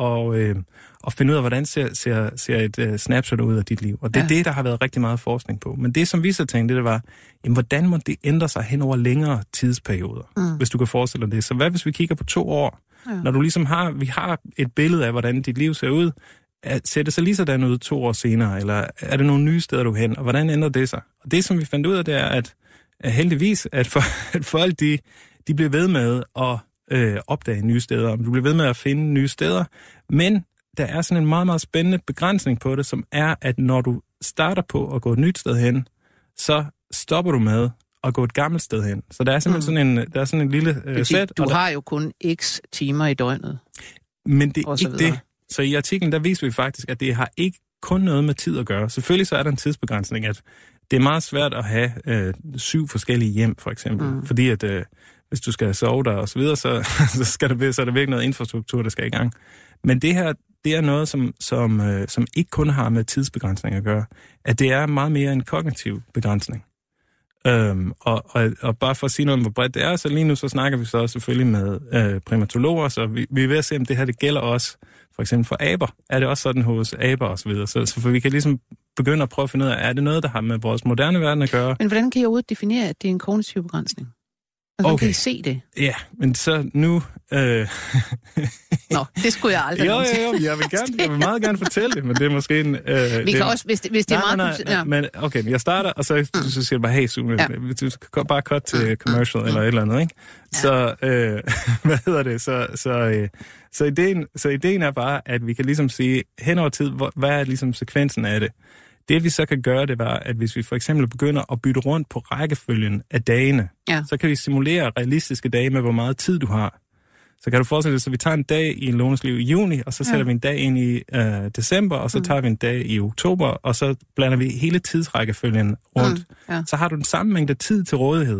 og finde ud af, hvordan ser et snapshot ud af dit liv. Og det er det, der har været rigtig meget forskning på. Men det, som vi så tænkte, det var, jamen, hvordan må det ændre sig hen over længere tidsperioder, hvis du kan forestille dig det. Så hvad hvis vi kigger på 2 år? Ja. Når du ligesom vi har et billede af, hvordan dit liv ser ud, ser det så lige sådan ud 2 år senere, eller er det nogle nye steder, du er hen, og hvordan ændrer det sig? Og det, som vi fandt ud af, det er, at heldigvis, at folk, de bliver ved med at opdage nye steder, du bliver ved med at finde nye steder, men der er sådan en meget, meget spændende begrænsning på det, som er, at når du starter på at gå et nyt sted hen, så stopper du med at gå et gammelt sted hen. Så der er simpelthen sådan en lille sæt. Du har jo kun x timer i døgnet. Men det er ikke det. Så i artiklen, der viser vi faktisk, at det har ikke kun noget med tid at gøre. Selvfølgelig så er der en tidsbegrænsning, at det er meget svært at have 7 forskellige hjem, for eksempel. Fordi at hvis du skal sove der og så videre, så er der virkelig noget infrastruktur, der skal i gang. Men det her, det er noget, som ikke kun har med tidsbegrænsning at gøre. At det er meget mere en kognitiv begrænsning. Og bare for at sige noget om, hvor bredt det er, så lige nu så snakker vi så selvfølgelig med primatologer, så vi er ved at se, om det her det gælder også, for eksempel for aber. Er det også sådan hos aber og så videre? Så for vi kan ligesom begynde at prøve at finde ud af, er det noget, der har med vores moderne verden at gøre? Men hvordan kan I overhovedet definere, at det er en kognitiv begrænsning? Altså, hvordan kan I se det? Ja, men så nu... Nå, det skulle jeg aldrig jo, jeg vil meget gerne fortælle det, men det er måske en... vi kan også, hvis det er meget... Nej, men okay, jeg starter, og så siger jeg bare, hey, Sune, du skal bare cut til commercial eller et eller andet, ikke? Ja. Så, hvad hedder det? Så ideen er bare, at vi kan ligesom sige, hen over tid, hvad er ligesom sekvensen af det? Det vi så kan gøre, det var, at hvis vi for eksempel begynder at bytte rundt på rækkefølgen af dagene, så kan vi simulere realistiske dage med, hvor meget tid du har. Så kan du forestille dig, så vi tager en dag i Lones liv i juni, og så sætter vi en dag ind i december, og så tager vi en dag i oktober, og så blander vi hele tidsrækkefølgen rundt. Så har du den samme mængde tid til rådighed.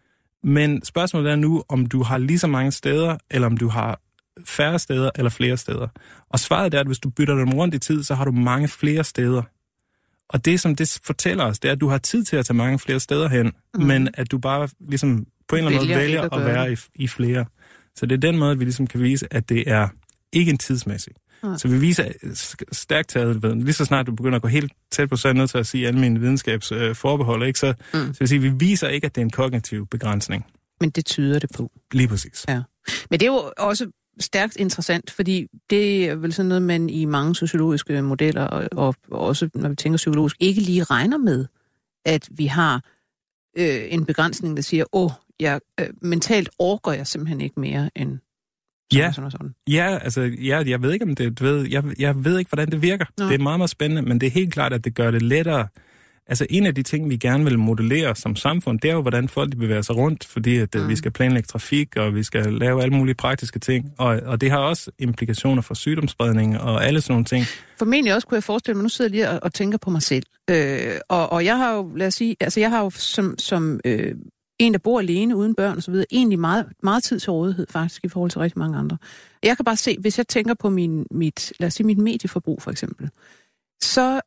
Men spørgsmålet er nu, om du har lige så mange steder, eller om du har færre steder eller flere steder. Og svaret er, at hvis du bytter dem rundt i tid, så har du mange flere steder. Og det, som det fortæller os, det er, at du har tid til at tage mange flere steder hen, men at du bare ligesom på en eller anden måde vælger at være i flere. Så det er den måde, vi ligesom kan vise, at det er ikke en tidsmæssig. Så vi viser stærkt taget, lige så snart du begynder at gå helt tæt på, så er jeg nødt til at sige alle mine videnskabsforbehold, ikke? Så vil sige, vi viser ikke, at det er en kognitiv begrænsning. Men det tyder det på. Lige præcis. Ja. Men det er jo også stærkt interessant, fordi det er vel sådan noget, man i mange sociologiske modeller, og også når vi tænker psykologisk, ikke lige regner med, at vi har en begrænsning, der siger, mentalt orker jeg simpelthen ikke mere end sådan. Ja, altså, jeg ved ikke, om det jeg ved ikke, hvordan det virker. Nå. Det er meget, meget spændende, men det er helt klart, at det gør det lettere. Altså, en af de ting, vi gerne vil modellere som samfund, det er jo, hvordan folk bevæger sig rundt, fordi at vi skal planlægge trafik, og vi skal lave alle mulige praktiske ting, og det har også implikationer for sygdomsspredning og alle sådan nogle ting. Formentlig også kunne jeg forestille mig, nu sidder jeg lige og tænker på mig selv. Og jeg har jo, lad os sige, altså jeg har jo som en, der bor alene, uden børn og så videre, egentlig meget, meget tid til rådighed faktisk i forhold til rigtig mange andre. Jeg kan bare se, hvis jeg tænker på mit medieforbrug for eksempel, så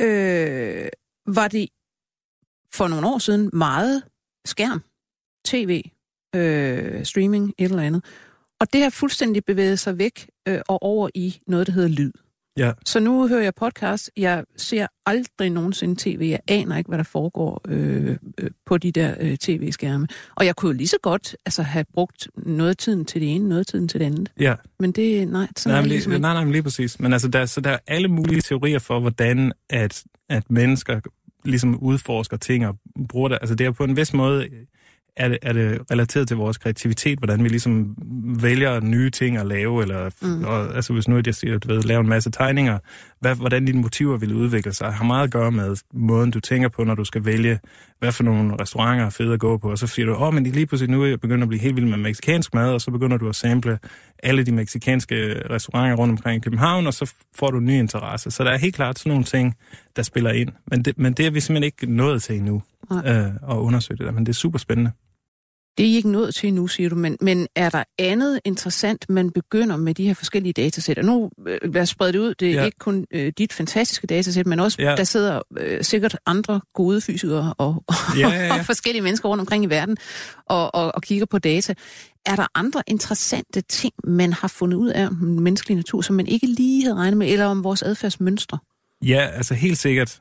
var det for nogle år siden meget skærm, tv, streaming, et eller andet. Og det har fuldstændig bevæget sig væk og over i noget, der hedder lyd. Ja. Så nu hører jeg podcast. Jeg ser aldrig nogensinde tv. Jeg aner ikke, hvad der foregår på de der tv-skærme. Og jeg kunne jo lige så godt have brugt noget af tiden til det ene, noget af tiden til det andet. Ja. Men det, nej, sådan er det ligesom ikke. Nej, lige præcis. Men altså, der er alle mulige teorier for, hvordan at mennesker ligesom udforsker ting og bruger det. Altså, det er på en vis måde... Er det relateret til vores kreativitet, hvordan vi ligesom vælger nye ting at lave, eller altså hvis nu jeg siger, lave en masse tegninger, hvordan dine motiver vil udvikle sig, har meget at gøre med måden, du tænker på, når du skal vælge, hvad for nogle restauranter er fede at gå på, og så siger du, men lige pludselig nu er jeg begyndt at blive helt vild med mexicansk mad, og så begynder du at sample alle de mexicanske restauranter rundt omkring i København, og så får du nye interesser. Så der er helt klart sådan nogle ting, der spiller ind. Men det er vi simpelthen ikke nået til endnu at undersøge det der, men det er super spændende. Det er I ikke nået til endnu, siger du, men er der andet interessant, man begynder med de her forskellige datasæt? Og nu lad os sprede det ud, det er ikke kun dit fantastiske datasæt, men også der sidder sikkert andre gode fysikere og forskellige mennesker rundt omkring i verden og kigger på data. Er der andre interessante ting, man har fundet ud af om den menneskelige natur, som man ikke lige havde regnet med, eller om vores adfærdsmønstre? Ja, altså helt sikkert.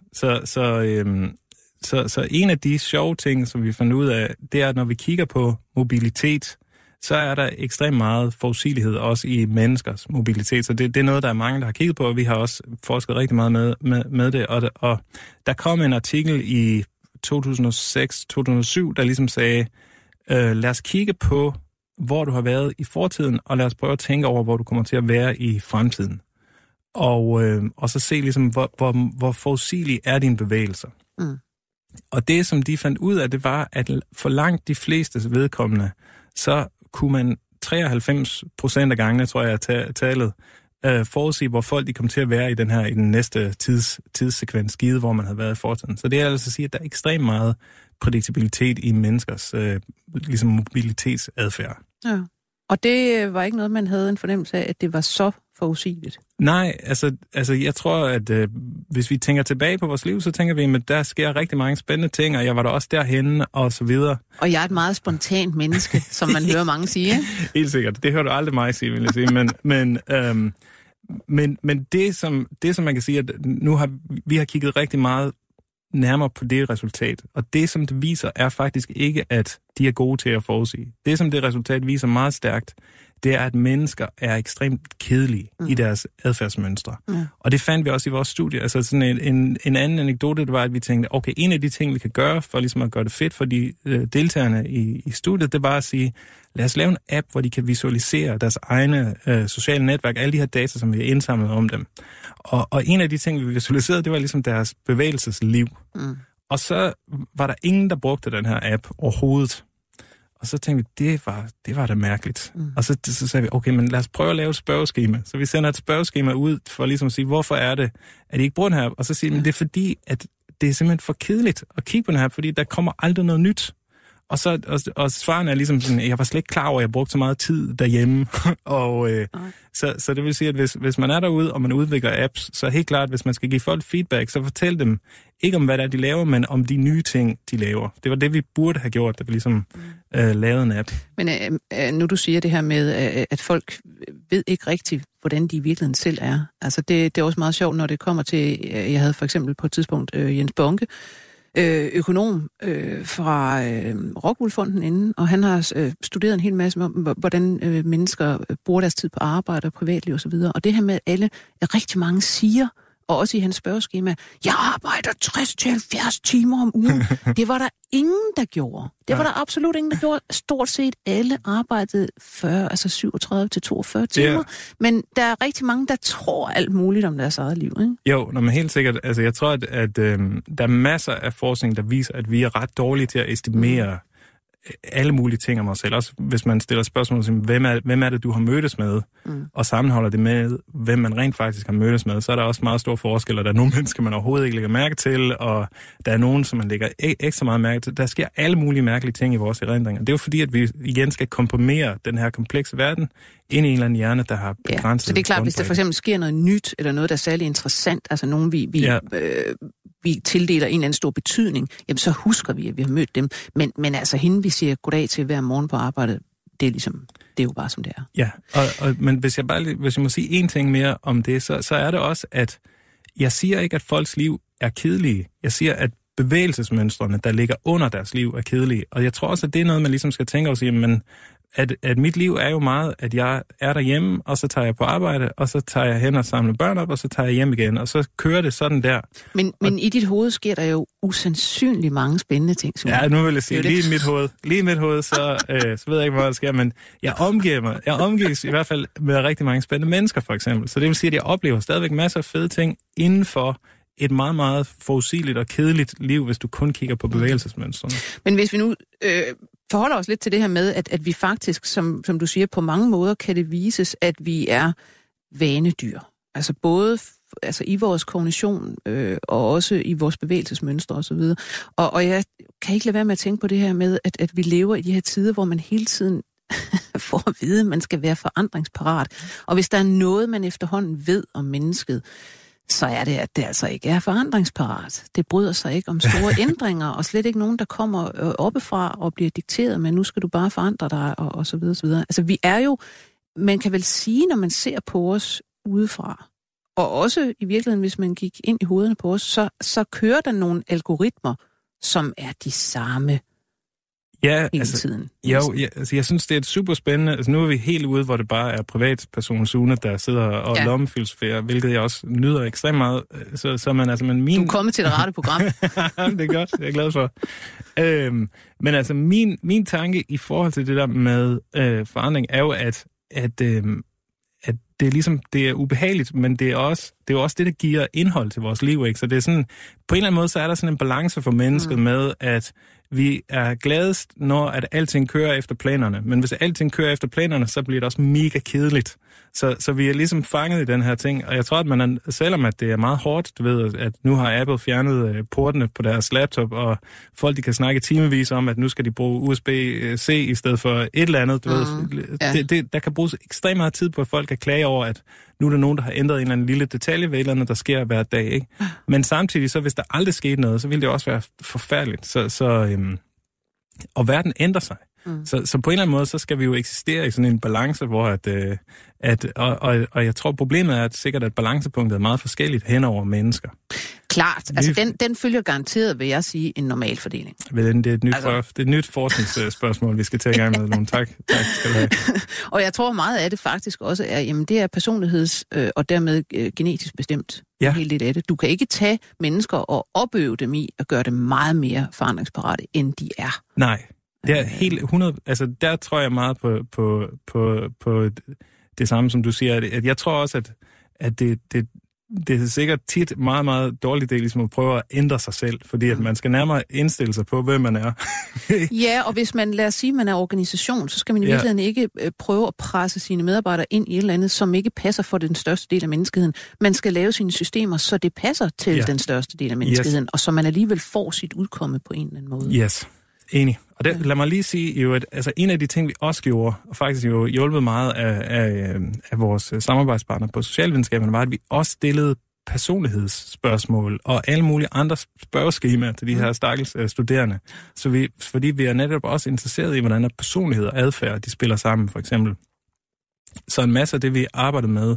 Så en af de sjove ting, som vi fandt ud af, det er, at når vi kigger på mobilitet, så er der ekstremt meget forudsigelighed også i menneskers mobilitet. Så det er noget, der er mange, der har kigget på, og vi har også forsket rigtig meget med det. Og der kom en artikel i 2006-2007, der ligesom sagde, lad os kigge på, hvor du har været i fortiden, og lad os prøve at tænke over, hvor du kommer til at være i fremtiden. Og så se ligesom, hvor forudsigelige er dine bevægelser. Og det, som de fandt ud af, det var, at for langt de fleste vedkommende, så kunne man 93% af gangene, tror jeg, tallet, forudsige, hvor folk de kom til at være i den næste tidssekvens, givet hvor man havde været i fortiden. Så det er altså at sige, at der er ekstremt meget prædiktabilitet i menneskers ligesom mobilitetsadfærd. Ja. Og det var ikke noget, man havde en fornemmelse af, at det var så forudsigeligt? Nej, altså jeg tror, at hvis vi tænker tilbage på vores liv, så tænker vi, at der sker rigtig mange spændende ting, og jeg var der også derhenne, og så videre. Og jeg er et meget spontant menneske, som man hører mange sige. Helt sikkert. Det hører du aldrig mig sige, vil jeg sige. Men det, som man kan sige, at nu vi har kigget rigtig meget nærmere på det resultat. Og det, som det viser, er faktisk ikke, at de er gode til at forudsige. Det, som det resultat viser meget stærkt, det er, at mennesker er ekstremt kedelige i deres adfærdsmønstre. Ja. Og det fandt vi også i vores studie. Altså sådan en anden anekdote, det var, at vi tænkte, okay, en af de ting, vi kan gøre for ligesom at gøre det fedt for de deltagerne i studiet, det var at sige, lad os lave en app, hvor de kan visualisere deres egne sociale netværk, alle de her data, som vi har indsamlet om dem. Og en af de ting, vi visualiserede, det var ligesom deres bevægelsesliv. Mm. Og så var der ingen, der brugte den her app overhovedet. Og så tænkte vi, det var da mærkeligt. Mm. Og så sagde vi, okay, men lad os prøve at lave et spørgeskema. Så vi sender et spørgeskema ud for ligesom at sige, hvorfor er det, at I ikke bruger den her? Og så siger vi, men det er fordi, at det er simpelthen for kedeligt at kigge på den her, fordi der kommer aldrig noget nyt. Og svaren er ligesom sådan, jeg var slet ikke klar over, at jeg brugte så meget tid derhjemme. Så det vil sige, at hvis man er derude, og man udvikler apps, så er helt klart, at hvis man skal give folk feedback, så fortæl dem ikke om, hvad det er, de laver, men om de nye ting, de laver. Det var det, vi burde have gjort, da vi ligesom lavede en app. Men nu du siger det her med, at folk ved ikke rigtigt, hvordan de i virkeligheden selv er. Altså det er også meget sjovt, når det kommer til, jeg havde for eksempel på et tidspunkt Jens Bonke, økonom fra Rockwool Fonden inden, og han har studeret en hel masse om, hvordan mennesker bruger deres tid på arbejde og privatliv osv. Og det her med, at rigtig mange siger, og også i hans spørgeskema, jeg arbejder 60-70 timer om ugen. Det var der ingen, der gjorde. Det var der absolut ingen, der gjorde. Stort set alle arbejdede 37 til 42 timer. Yeah. Men der er rigtig mange, der tror alt muligt om deres eget liv, ikke? Jo, men helt sikkert. Altså, jeg tror, at der er masser af forskning, der viser, at vi er ret dårlige til at estimere alle mulige ting om os selv. Også hvis man stiller spørgsmål til, hvem er det, du har mødtes med, og sammenholder det med, hvem man rent faktisk har mødtes med, så er der også meget stor forskel, og der er nogle mennesker, man overhovedet ikke lægger mærke til, og der er nogen, som man lægger ekstra meget mærke til. Der sker alle mulige mærkelige ting i vores erindringer. Det er jo fordi, at vi igen skal komprimere den her komplekse verden ind i en eller anden hjerne, der har begrænset. Så det er klart, hvis der for eksempel sker noget nyt, eller noget, der er særlig interessant, altså nogen, vi tildeler en eller anden stor betydning, jamen så husker vi, at vi har mødt dem. Men altså hende, vi siger goddag til hver morgen på arbejdet, det er jo bare som det er. Ja, men hvis jeg må sige en ting mere om det, så er det også, at jeg siger ikke, at folks liv er kedelige. Jeg siger, at bevægelsesmønstrene, der ligger under deres liv, er kedelige. Og jeg tror også, at det er noget, man ligesom skal tænke og sige, men at mit liv er jo meget, at jeg er derhjemme, og så tager jeg på arbejde, og så tager jeg hen og samler børn op, og så tager jeg hjem igen, og så kører det sådan der. Men i dit hoved sker der jo usandsynligt mange spændende ting. Ja, nu vil jeg sige, lige i mit hoved, så ved jeg ikke, hvor det sker, men jeg omgives i hvert fald med rigtig mange spændende mennesker, for eksempel. Så det vil sige, at jeg oplever stadigvæk masser af fede ting inden for et meget, meget forudsigeligt og kedeligt liv, hvis du kun kigger på bevægelsesmønstrene. Men hvis vi nu forholder os lidt til det her med, at vi faktisk, som du siger, på mange måder kan det vises, at vi er vanedyr. Altså både i vores kognition og også i vores bevægelsesmønstre osv. Og jeg kan ikke lade være med at tænke på det her med, at vi lever i de her tider, hvor man hele tiden får at vide, at man skal være forandringsparat. Og hvis der er noget, man efterhånden ved om mennesket, så er det, at det altså ikke er forandringsparat. Det bryder sig ikke om store ændringer, og slet ikke nogen, der kommer oppefra og bliver dikteret, men nu skal du bare forandre dig, og så videre, så videre. Altså, vi er jo, man kan vel sige, når man ser på os udefra, og også i virkeligheden, hvis man gik ind i hovederne på os, så kører der nogle algoritmer, som er de samme hele tiden. Jeg synes, det er et super spændende. Altså, nu er vi helt ude, hvor det bare er privatpersonen Sune, der sidder og lommefilosoferer, hvilket jeg også nyder ekstremt meget. Så man, altså, men min... Du er kommet til det rette program. Det er godt, det er jeg glad for. Men altså, min tanke i forhold til det der med forandring, er jo, at det er ligesom, det er ubehageligt, men det er jo også det, der giver indhold til vores liv, ikke? Så det er sådan, på en eller anden måde, så er der sådan en balance for mennesket med, at vi er gladest, når at alting kører efter planerne. Men hvis alting kører efter planerne, så bliver det også mega kedeligt. Så vi er ligesom fanget i den her ting. Og jeg tror, at man selvom at det er meget hårdt, du ved, at nu har Apple fjernet portene på deres laptop, og folk de kan snakke timevis om, at nu skal de bruge USB-C i stedet for et eller andet. Du ved, der kan bruges ekstremt meget tid på, at folk kan klage over, at nu er der nogen, der har ændret en eller anden lille detalje ved et eller andet, der sker hver dag, ikke? Men samtidig, så hvis der aldrig skete noget, så ville det også være forfærdeligt. Og verden ændrer sig. Så på en eller anden måde, så skal vi jo eksistere i sådan en balance, hvor og jeg tror, problemet er sikkert, at balancepunktet er meget forskelligt hen over mennesker. Klart. Altså, den følger garanteret, vil jeg sige, en normal fordeling. Det er et nyt forskningsspørgsmål, vi skal tage i gang med. Nogle tak skal du have. Og jeg tror meget af det faktisk også er, jamen det er personligheds- og dermed genetisk bestemt. Ja. Helt lidt af det. Du kan ikke tage mennesker og opøve dem i at gøre dem meget mere forandringsparate, end de er. Nej. Det er helt 100... Altså, der tror jeg meget på det samme, som du siger. At jeg tror også, at det er sikkert tit meget, meget dårligt det, ligesom at prøve at ændre sig selv, fordi at man skal nærmere indstille sig på, hvem man er. Ja, og hvis man, lad os sige, man er organisation, så skal man i virkeligheden ikke prøve at presse sine medarbejdere ind i et eller andet, som ikke passer for den største del af menneskeheden. Man skal lave sine systemer, så det passer til den største del af menneskeheden, og så man alligevel får sit udkomme på en eller anden måde. Yes. Enig. Og lad mig lige sige, jo, at altså, en af de ting, vi også gjorde, og faktisk jo hjulpet meget af vores samarbejdspartner på socialvidenskaberne, var, at vi også stillede personlighedsspørgsmål og alle mulige andre spørgeskemaer til de her stakkels studerende. Fordi vi er netop også interesseret i, hvordan personlighed og adfærd, de spiller sammen, for eksempel. Så en masse af det, vi arbejder med,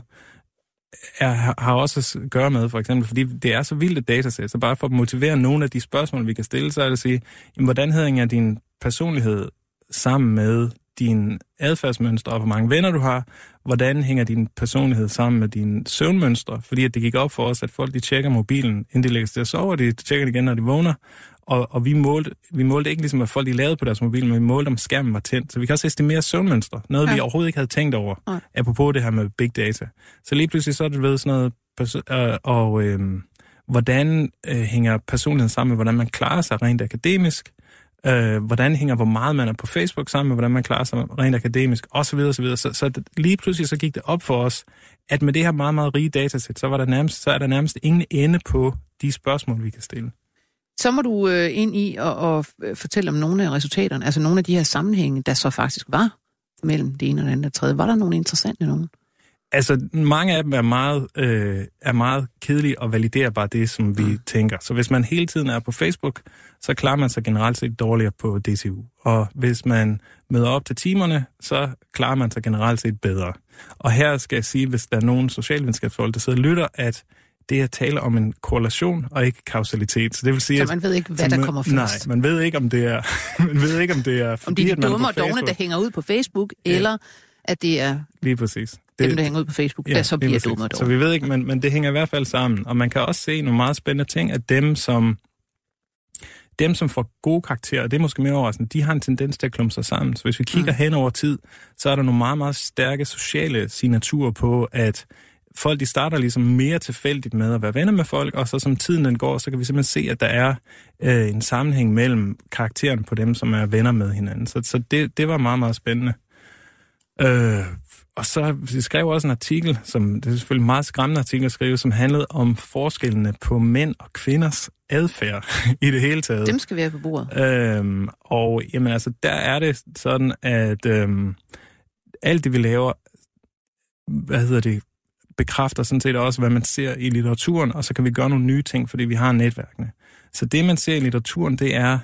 har også at gøre med, for eksempel, fordi det er så vildt et datasæt, så bare for at motivere nogle af de spørgsmål, vi kan stille, så er det at sige, jamen, hvordan hænger din personlighed sammen med din adfærdsmønstre, og hvor mange venner du har? Hvordan hænger din personlighed sammen med dine søvnmønstre? Fordi at det gik op for os, at folk de tjekker mobilen, inden de lægger sig til at sove, og de tjekker det igen, når de vågner. Og vi målte ikke ligesom, hvad folk de lavede på deres mobil, men vi målte, om skærmen var tændt. Så vi kan også estimere søvnmønstre. Noget, vi overhovedet ikke havde tænkt over, apropos det her med big data. Så lige pludselig så er det ved sådan noget, hvordan hænger personligheden sammen med, hvordan man klarer sig rent akademisk, hvordan hænger, hvor meget man er på Facebook sammen med, hvordan man klarer sig rent akademisk, osv. osv. Så lige pludselig så gik det op for os, at med det her meget, meget rige datasæt, så er der nærmest ingen ende på de spørgsmål, vi kan stille. Så må du ind i og fortælle om nogle af resultaterne, altså nogle af de her sammenhænge, der så faktisk var mellem det ene og det andet og tredje. Var der nogle interessante nogen? Altså, mange af dem er meget kedelige og validerer bare det, som vi tænker. Så hvis man hele tiden er på Facebook, så klarer man sig generelt set dårligere på DTU. Og hvis man møder op til timerne, så klarer man sig generelt set bedre. Og her skal jeg sige, hvis der er nogen socialvidenskabsfolk, der sidder og lytter, at det er tale om en korrelation og ikke kausalitet. Så det vil sige, så man ved ikke, hvad der kommer først. Nej, man ved ikke, om det er... om det er de dumme og dogne, der hænger ud på Facebook, eller at det er... Lige præcis. Dem, der hænger ud på Facebook, der så bliver dumme og dogne. Så vi ved ikke, men det hænger i hvert fald sammen. Og man kan også se nogle meget spændende ting, at dem, som får gode karakterer, det er måske mere overraskende, de har en tendens til at klumpe sig sammen. Så hvis vi kigger hen over tid, så er der nogle meget, meget stærke sociale signaturer på, at folk, de starter ligesom mere tilfældigt med at være venner med folk, og så som tiden den går, så kan vi simpelthen se, at der er en sammenhæng mellem karaktererne på dem, som er venner med hinanden. Så det var meget, meget spændende. Og så vi skrev også en artikel, som det er selvfølgelig en meget skræmmende artikel at skrive, som handlede om forskellene på mænd og kvinders adfærd i det hele taget. Dem skal være på bordet. Og jamen altså, der er det sådan, at alt det, vi laver, bekræfter sådan set også, hvad man ser i litteraturen, og så kan vi gøre nogle nye ting, fordi vi har netværkene. Så det, man ser i litteraturen, det er,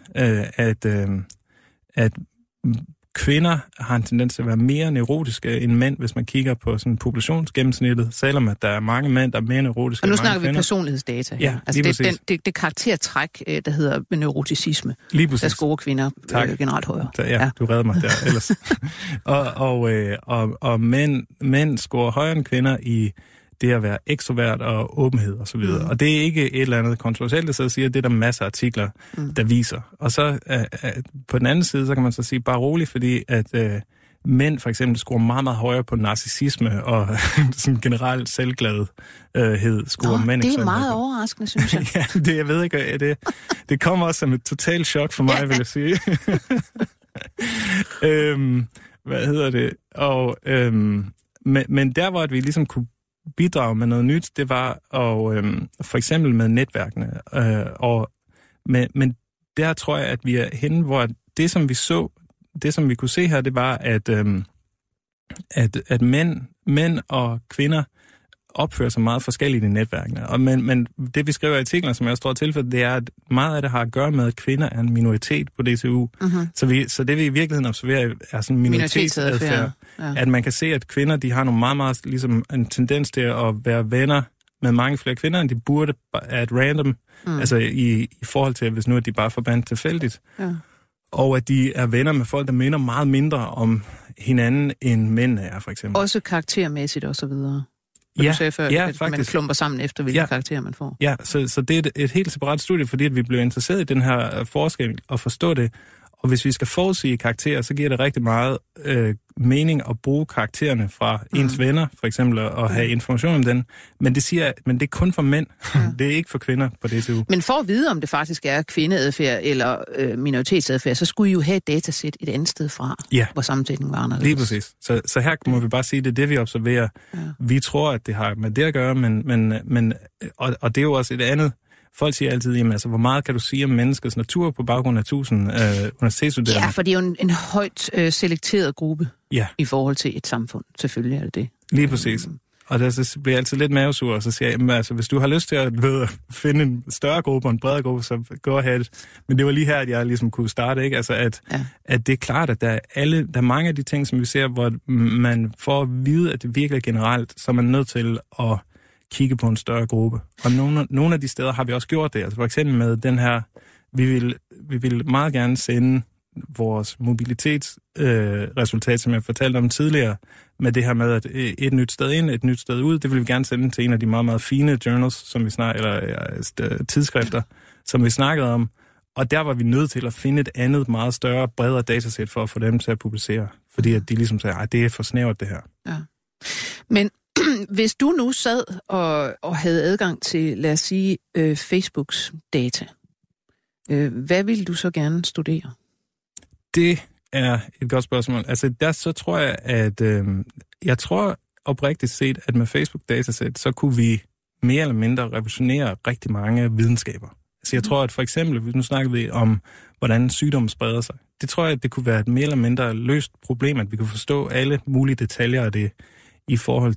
at kvinder har en tendens til at være mere neurotiske end mænd, hvis man kigger på sådan populationsgennemsnittet, selvom at der er mange mænd, der er mere neurotiske. Og nu snakker vi personlighedsdata her. Ja, altså det karaktertræk, der hedder neuroticisme, der scorer kvinder generelt højere. Ja, du redder mig der ellers. og mænd scorer højere end kvinder i det at være ekstrovert og åbenhed og så videre. Og det er ikke et eller andet kontroversielt, det så siger, det er der masser af artikler, der viser. Og så på den anden side, så kan man så sige bare roligt, fordi at mænd for eksempel scorer meget, meget højere på narcissisme og sådan generelt selvgladhed scorer mænd. Det er meget overraskende, synes jeg. Ja, det, jeg ved ikke, det kommer også som et totalt chok for mig, vil jeg sige. Hvad hedder det? Og, men der, hvor vi ligesom kunne bidrage med noget nyt, det var for eksempel med netværkene. Men der tror jeg, at vi er henne, hvor det, som vi kunne se her, det var, at mænd og kvinder opfører sig meget forskelligt i netværkene. Men det, vi skriver i artikler, som jeg står tilfældet, det er, at meget af det har at gøre med, at kvinder er en minoritet på DTU. Mm-hmm. Så det, vi i virkeligheden observerer, er sådan en minoritetsadfærd. Ja. At man kan se, at kvinder, de har nogle meget, meget ligesom en tendens til at være venner med mange flere kvinder, end de burde at random. Altså i forhold til, hvis nu er de bare forbandt tilfældigt. Ja. Og at de er venner med folk, der minder meget mindre om hinanden, end mænd er, for eksempel. Også karaktermæssigt og så videre. Du sagde før, at man klumper sammen efter, hvilke karakterer man får. Ja, så det er et helt separat studie, fordi at vi blev interesseret i den her forskel og forstå det. Og hvis vi skal forudsige karakterer, så giver det rigtig meget mening at bruge karaktererne fra ens venner, for eksempel, og have information om den. Men det er kun for mænd. Det er ikke for kvinder på DTU. Men for at vide, om det faktisk er kvindeadfærd eller minoritetsadfærd, så skulle I jo have et datasæt et andet sted fra, hvor sammensætningen var anderledes. Lige præcis. Så her må vi bare sige, det er det, vi observerer. Ja. Vi tror, at det har med det at gøre, men det er jo også et andet. Folk siger altid, jamen, altså, hvor meget kan du sige om menneskets natur på baggrund af 1000 universitetsstuderende? Ja, for det er jo en højt selekteret gruppe i forhold til et samfund. Selvfølgelig er det det. Lige præcis. Og der bliver jeg altid lidt mavesur, og så siger jeg, jamen, altså, hvis du har lyst til at finde en større gruppe og en bredere gruppe, så gå ahead. Men det var lige her, at jeg ligesom kunne starte, ikke? Altså, at det er klart, at der er mange af de ting, som vi ser, hvor man får at vide, at det virkelig generelt, så er man nødt til at kigge på en større gruppe. Og nogle af de steder har vi også gjort det. Altså for eksempel med den her, vi vil meget gerne sende vores mobilitetsresultat, som jeg fortalte om tidligere, med det her med, at et nyt sted ind, et nyt sted ud, det vil vi gerne sende til en af de meget, meget fine journals, som vi tidsskrifter, som vi snakkede om. Og der var vi nødt til at finde et andet, meget større, bredere datasæt for at få dem til at publicere. Fordi at de ligesom sagde, at det er for snævert det her. Ja. Men hvis du nu sad og havde adgang til, lad os sige, Facebooks data, hvad ville du så gerne studere? Det er et godt spørgsmål. Altså, så tror jeg, at jeg tror oprigtigt set, at med Facebook-datasæt, så kunne vi mere eller mindre revolutionere rigtig mange videnskaber. Altså, jeg tror, at for eksempel, hvis nu snakker vi om, hvordan sygdommen spreder sig, det tror jeg, at det kunne være et mere eller mindre løst problem, at vi kunne forstå alle mulige detaljer af det, i forhold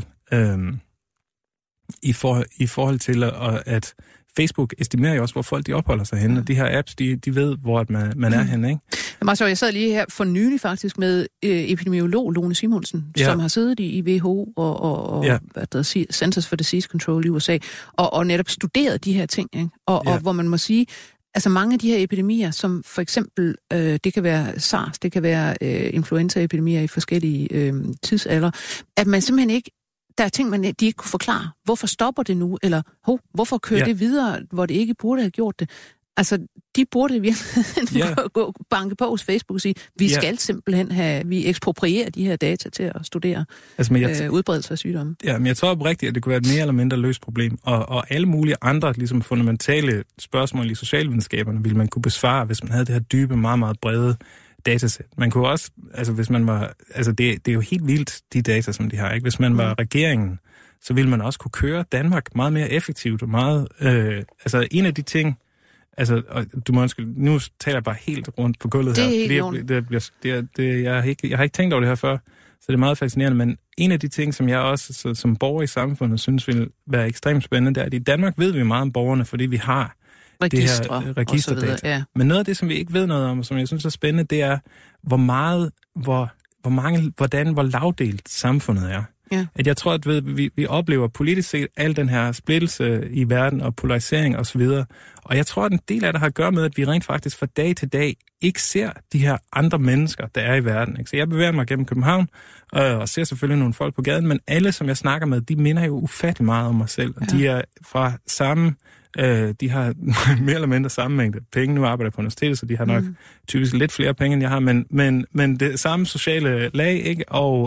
til at Facebook estimerer jo også, hvor folk de opholder sig henne, og de her apps, de ved, hvor man er henne, ikke? Jeg sad lige her for nylig faktisk med epidemiolog Lone Simonsen, som har siddet i WHO og Centers for Disease Control i USA, og netop studeret de her ting, ikke? Og hvor man må sige, altså mange af de her epidemier, som for eksempel, det kan være SARS, det kan være influenzaepidemier i forskellige tidsalder, at man simpelthen ikke, der er ting, de ikke kunne forklare. Hvorfor stopper det nu? Eller hvorfor kører det videre, hvor det ikke burde have gjort det? Altså, de burde virkelig banke på hos Facebook og sige, vi skal simpelthen vi eksproprierer de her data til at studere udbredelse af sygdomme. Ja, men jeg tror oprigtigt, at det kunne være et mere eller mindre løst problem. Og alle mulige andre ligesom fundamentale spørgsmål i socialvidenskaberne ville man kunne besvare, hvis man havde det her dybe, meget, meget brede datasæt. Man kunne også, altså hvis man var, altså det er jo helt vildt, de data, som de har, ikke? Hvis man var regeringen, så ville man også kunne køre Danmark meget mere effektivt og meget, altså en af de ting, altså, og du må undskylde, nu taler jeg bare helt rundt på gulvet her. Jeg har ikke tænkt over det her før, så det er meget fascinerende, men en af de ting, som jeg også som borger i samfundet synes vil være ekstremt spændende, det er, at i Danmark ved vi meget om borgerne, fordi vi har registre, det her registerdata. Men noget af det, som vi ikke ved noget om, som jeg synes er spændende, det er, hvor lavdelt samfundet er. Ja. At jeg tror, at vi oplever politisk set al den her splittelse i verden og polarisering osv. Og jeg tror, at en del af det har at gøre med, at vi rent faktisk fra dag til dag ikke ser de her andre mennesker, der er i verden. Ikke? Så jeg bevæger mig gennem København og ser selvfølgelig nogle folk på gaden, men alle, som jeg snakker med, de minder jo ufattelig meget om mig selv. Ja. De er fra samme... de har mere eller mindre samme mængde penge. Nu arbejder jeg på universitetet, så de har nok typisk lidt flere penge, end jeg har, men det samme sociale lag, ikke? Og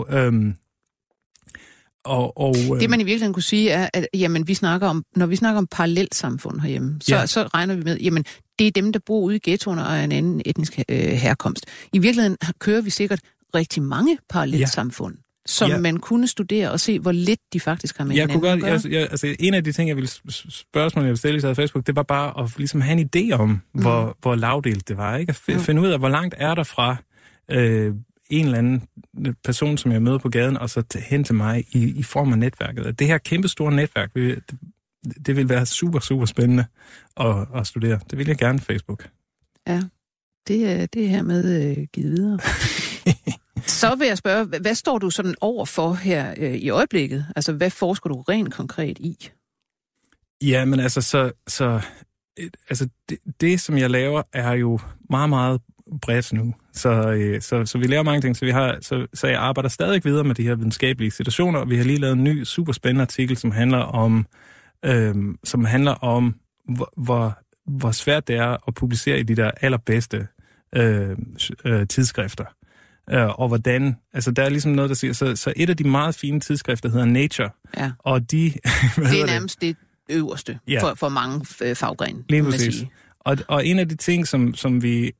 det man i virkeligheden kunne sige er, at jamen, når vi snakker om parallelsamfund herhjemme, så regner vi med, jamen det er dem, der bor ude i ghettoerne og en anden etnisk herkomst. I virkeligheden kører vi sikkert rigtig mange parallelsamfund. Ja. Som man kunne studere og se, hvor lidt de faktisk har med hinanden at gøre. Altså, en af de ting, jeg ville stille på Facebook, det var bare at ligesom have en idé om, hvor lavdelt det var. Ikke? At finde ud af, hvor langt er der fra en eller anden person, som jeg møder på gaden, og så hen til mig i form af netværket. Det her kæmpe store netværk, det vil være super, super spændende at studere. Det vil jeg gerne på Facebook. Ja, det er hermed givet videre. Så vil jeg spørge, hvad står du sådan over for her i øjeblikket? Altså, hvad forsker du rent konkret i? Ja, men altså, det, som jeg laver, er jo meget, meget bredt nu. Så vi laver mange ting. Så jeg arbejder stadig videre med de her videnskabelige situationer, og vi har lige lavet en ny, super spændende artikel, som handler om hvor svært det er at publicere i de der allerbedste tidsskrifter. Og hvordan, altså der er ligesom noget, der siger, så et af de meget fine tidsskrifter hedder Nature, og de... det er nærmest det øverste for mange faggrene. Lige præcis. Og en af de ting, som vi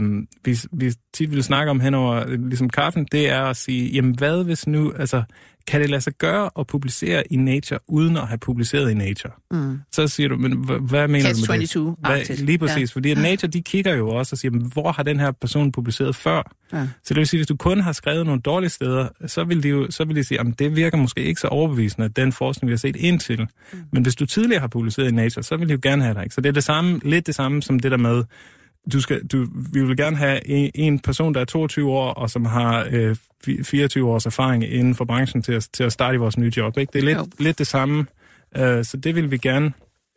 tit vil snakke om henover ligesom kaffen, det er at sige, jamen hvad hvis nu, altså kan det lade sig gøre at publicere i Nature, uden at have publiceret i Nature? Så siger du, men hvad mener du med det? Lige præcis, fordi at Nature, de kigger jo også og siger, hvor har den her person publiceret før? Ja. Så det vil sige, hvis du kun har skrevet nogle dårlige steder, så vil de sige, at det virker måske ikke så overbevisende, at den forskning, vi har set indtil. Men hvis du tidligere har publiceret i Nature, så vil de jo gerne have dig. Ikke? Så det er lidt det samme som det der med, vi vil gerne have en person, der er 22 år, og som har 24 års erfaring inden for branchen til at starte i vores nye job. Ikke? Det er lidt det samme, så det vil vi gerne.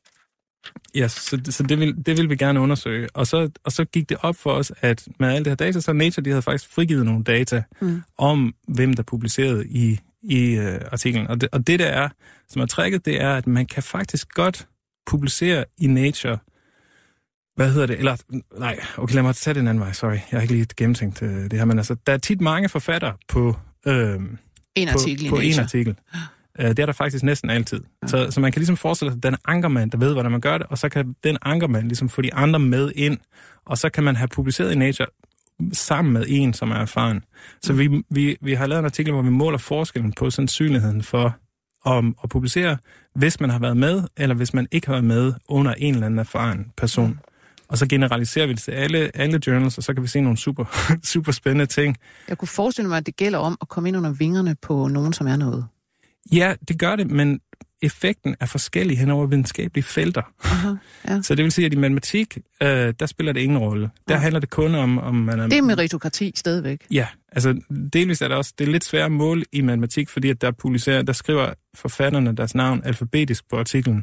Ja, så det vil vi gerne undersøge. Og så gik det op for os, at med alle det her data, så Nature, de havde faktisk frigivet nogle data om, hvem der publicerede i artiklen. Og det der er, som er tricket, det er, at man kan faktisk godt publicere i Nature. Hvad hedder det? Lad mig tage det en anden vej. Sorry, jeg har ikke lige gennemtænkt det her. Men altså, der er tit mange forfattere på en artikel. Det er der faktisk næsten altid. Ja. Så man kan ligesom forestille sig, at den ankermand, der ved, hvordan man gør det, og så kan den ankermand ligesom få de andre med ind, og så kan man have publiceret i Nature sammen med en, som er erfaren. Så vi har lavet en artikel, hvor vi måler forskellen på sandsynligheden for at publicere, hvis man har været med, eller hvis man ikke har været med under en eller anden erfaren person. Og så generaliserer vi det til alle journals, og så kan vi se nogle super, super spændende ting. Jeg kunne forestille mig, at det gælder om at komme ind under vingerne på nogen, som er noget. Ja, det gør det, men effekten er forskellig hen over videnskabelige felter. Aha, ja. Så det vil sige, at i matematik, der spiller det ingen rolle. Der handler det kun om man er... Det er meritokrati stadigvæk. Ja, altså delvis er det også... Det er lidt svært at måle i matematik, fordi at der skriver forfatterne deres navn alfabetisk på artiklen.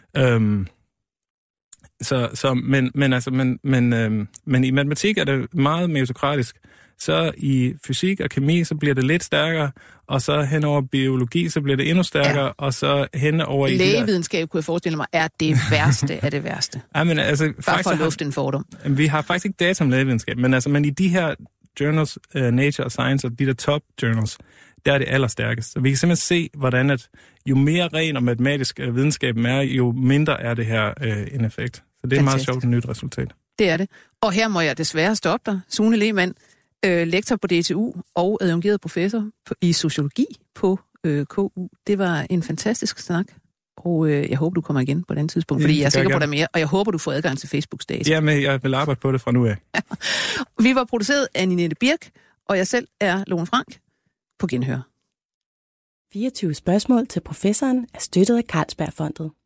Men i matematik er det meget meritokratisk. Så i fysik og kemi, så bliver det lidt stærkere, og så hen over biologi, så bliver det endnu stærkere, og så hen over i... Lægevidenskab, kunne jeg forestille mig, er det værste af det værste. Ja, men altså... Bare for at lufte en fordom. Vi har faktisk ikke data om lægevidenskab, men i de her journals, Nature og Science, og de der top journals, der er det allerstærkest. Så vi kan simpelthen se, hvordan at jo mere ren og matematisk videnskaben er, jo mindre er det her en effekt. Så det er meget sjovt et nyt resultat. Det er det. Og her må jeg desværre stoppe dig, Sune Lehmann, lektor på DTU og adjungeret professor i sociologi på KU. Det var en fantastisk snak, og jeg håber, du kommer igen på et andet tidspunkt, fordi jeg er sikker på, der mere, og jeg håber, du får adgang til Facebooks data. Jamen, jeg vil arbejde på det fra nu af. Vi var produceret af Ninette Birk, og jeg selv er Lone Frank på Genhør. 24 spørgsmål til professoren er støttet af Carlsbergfondet.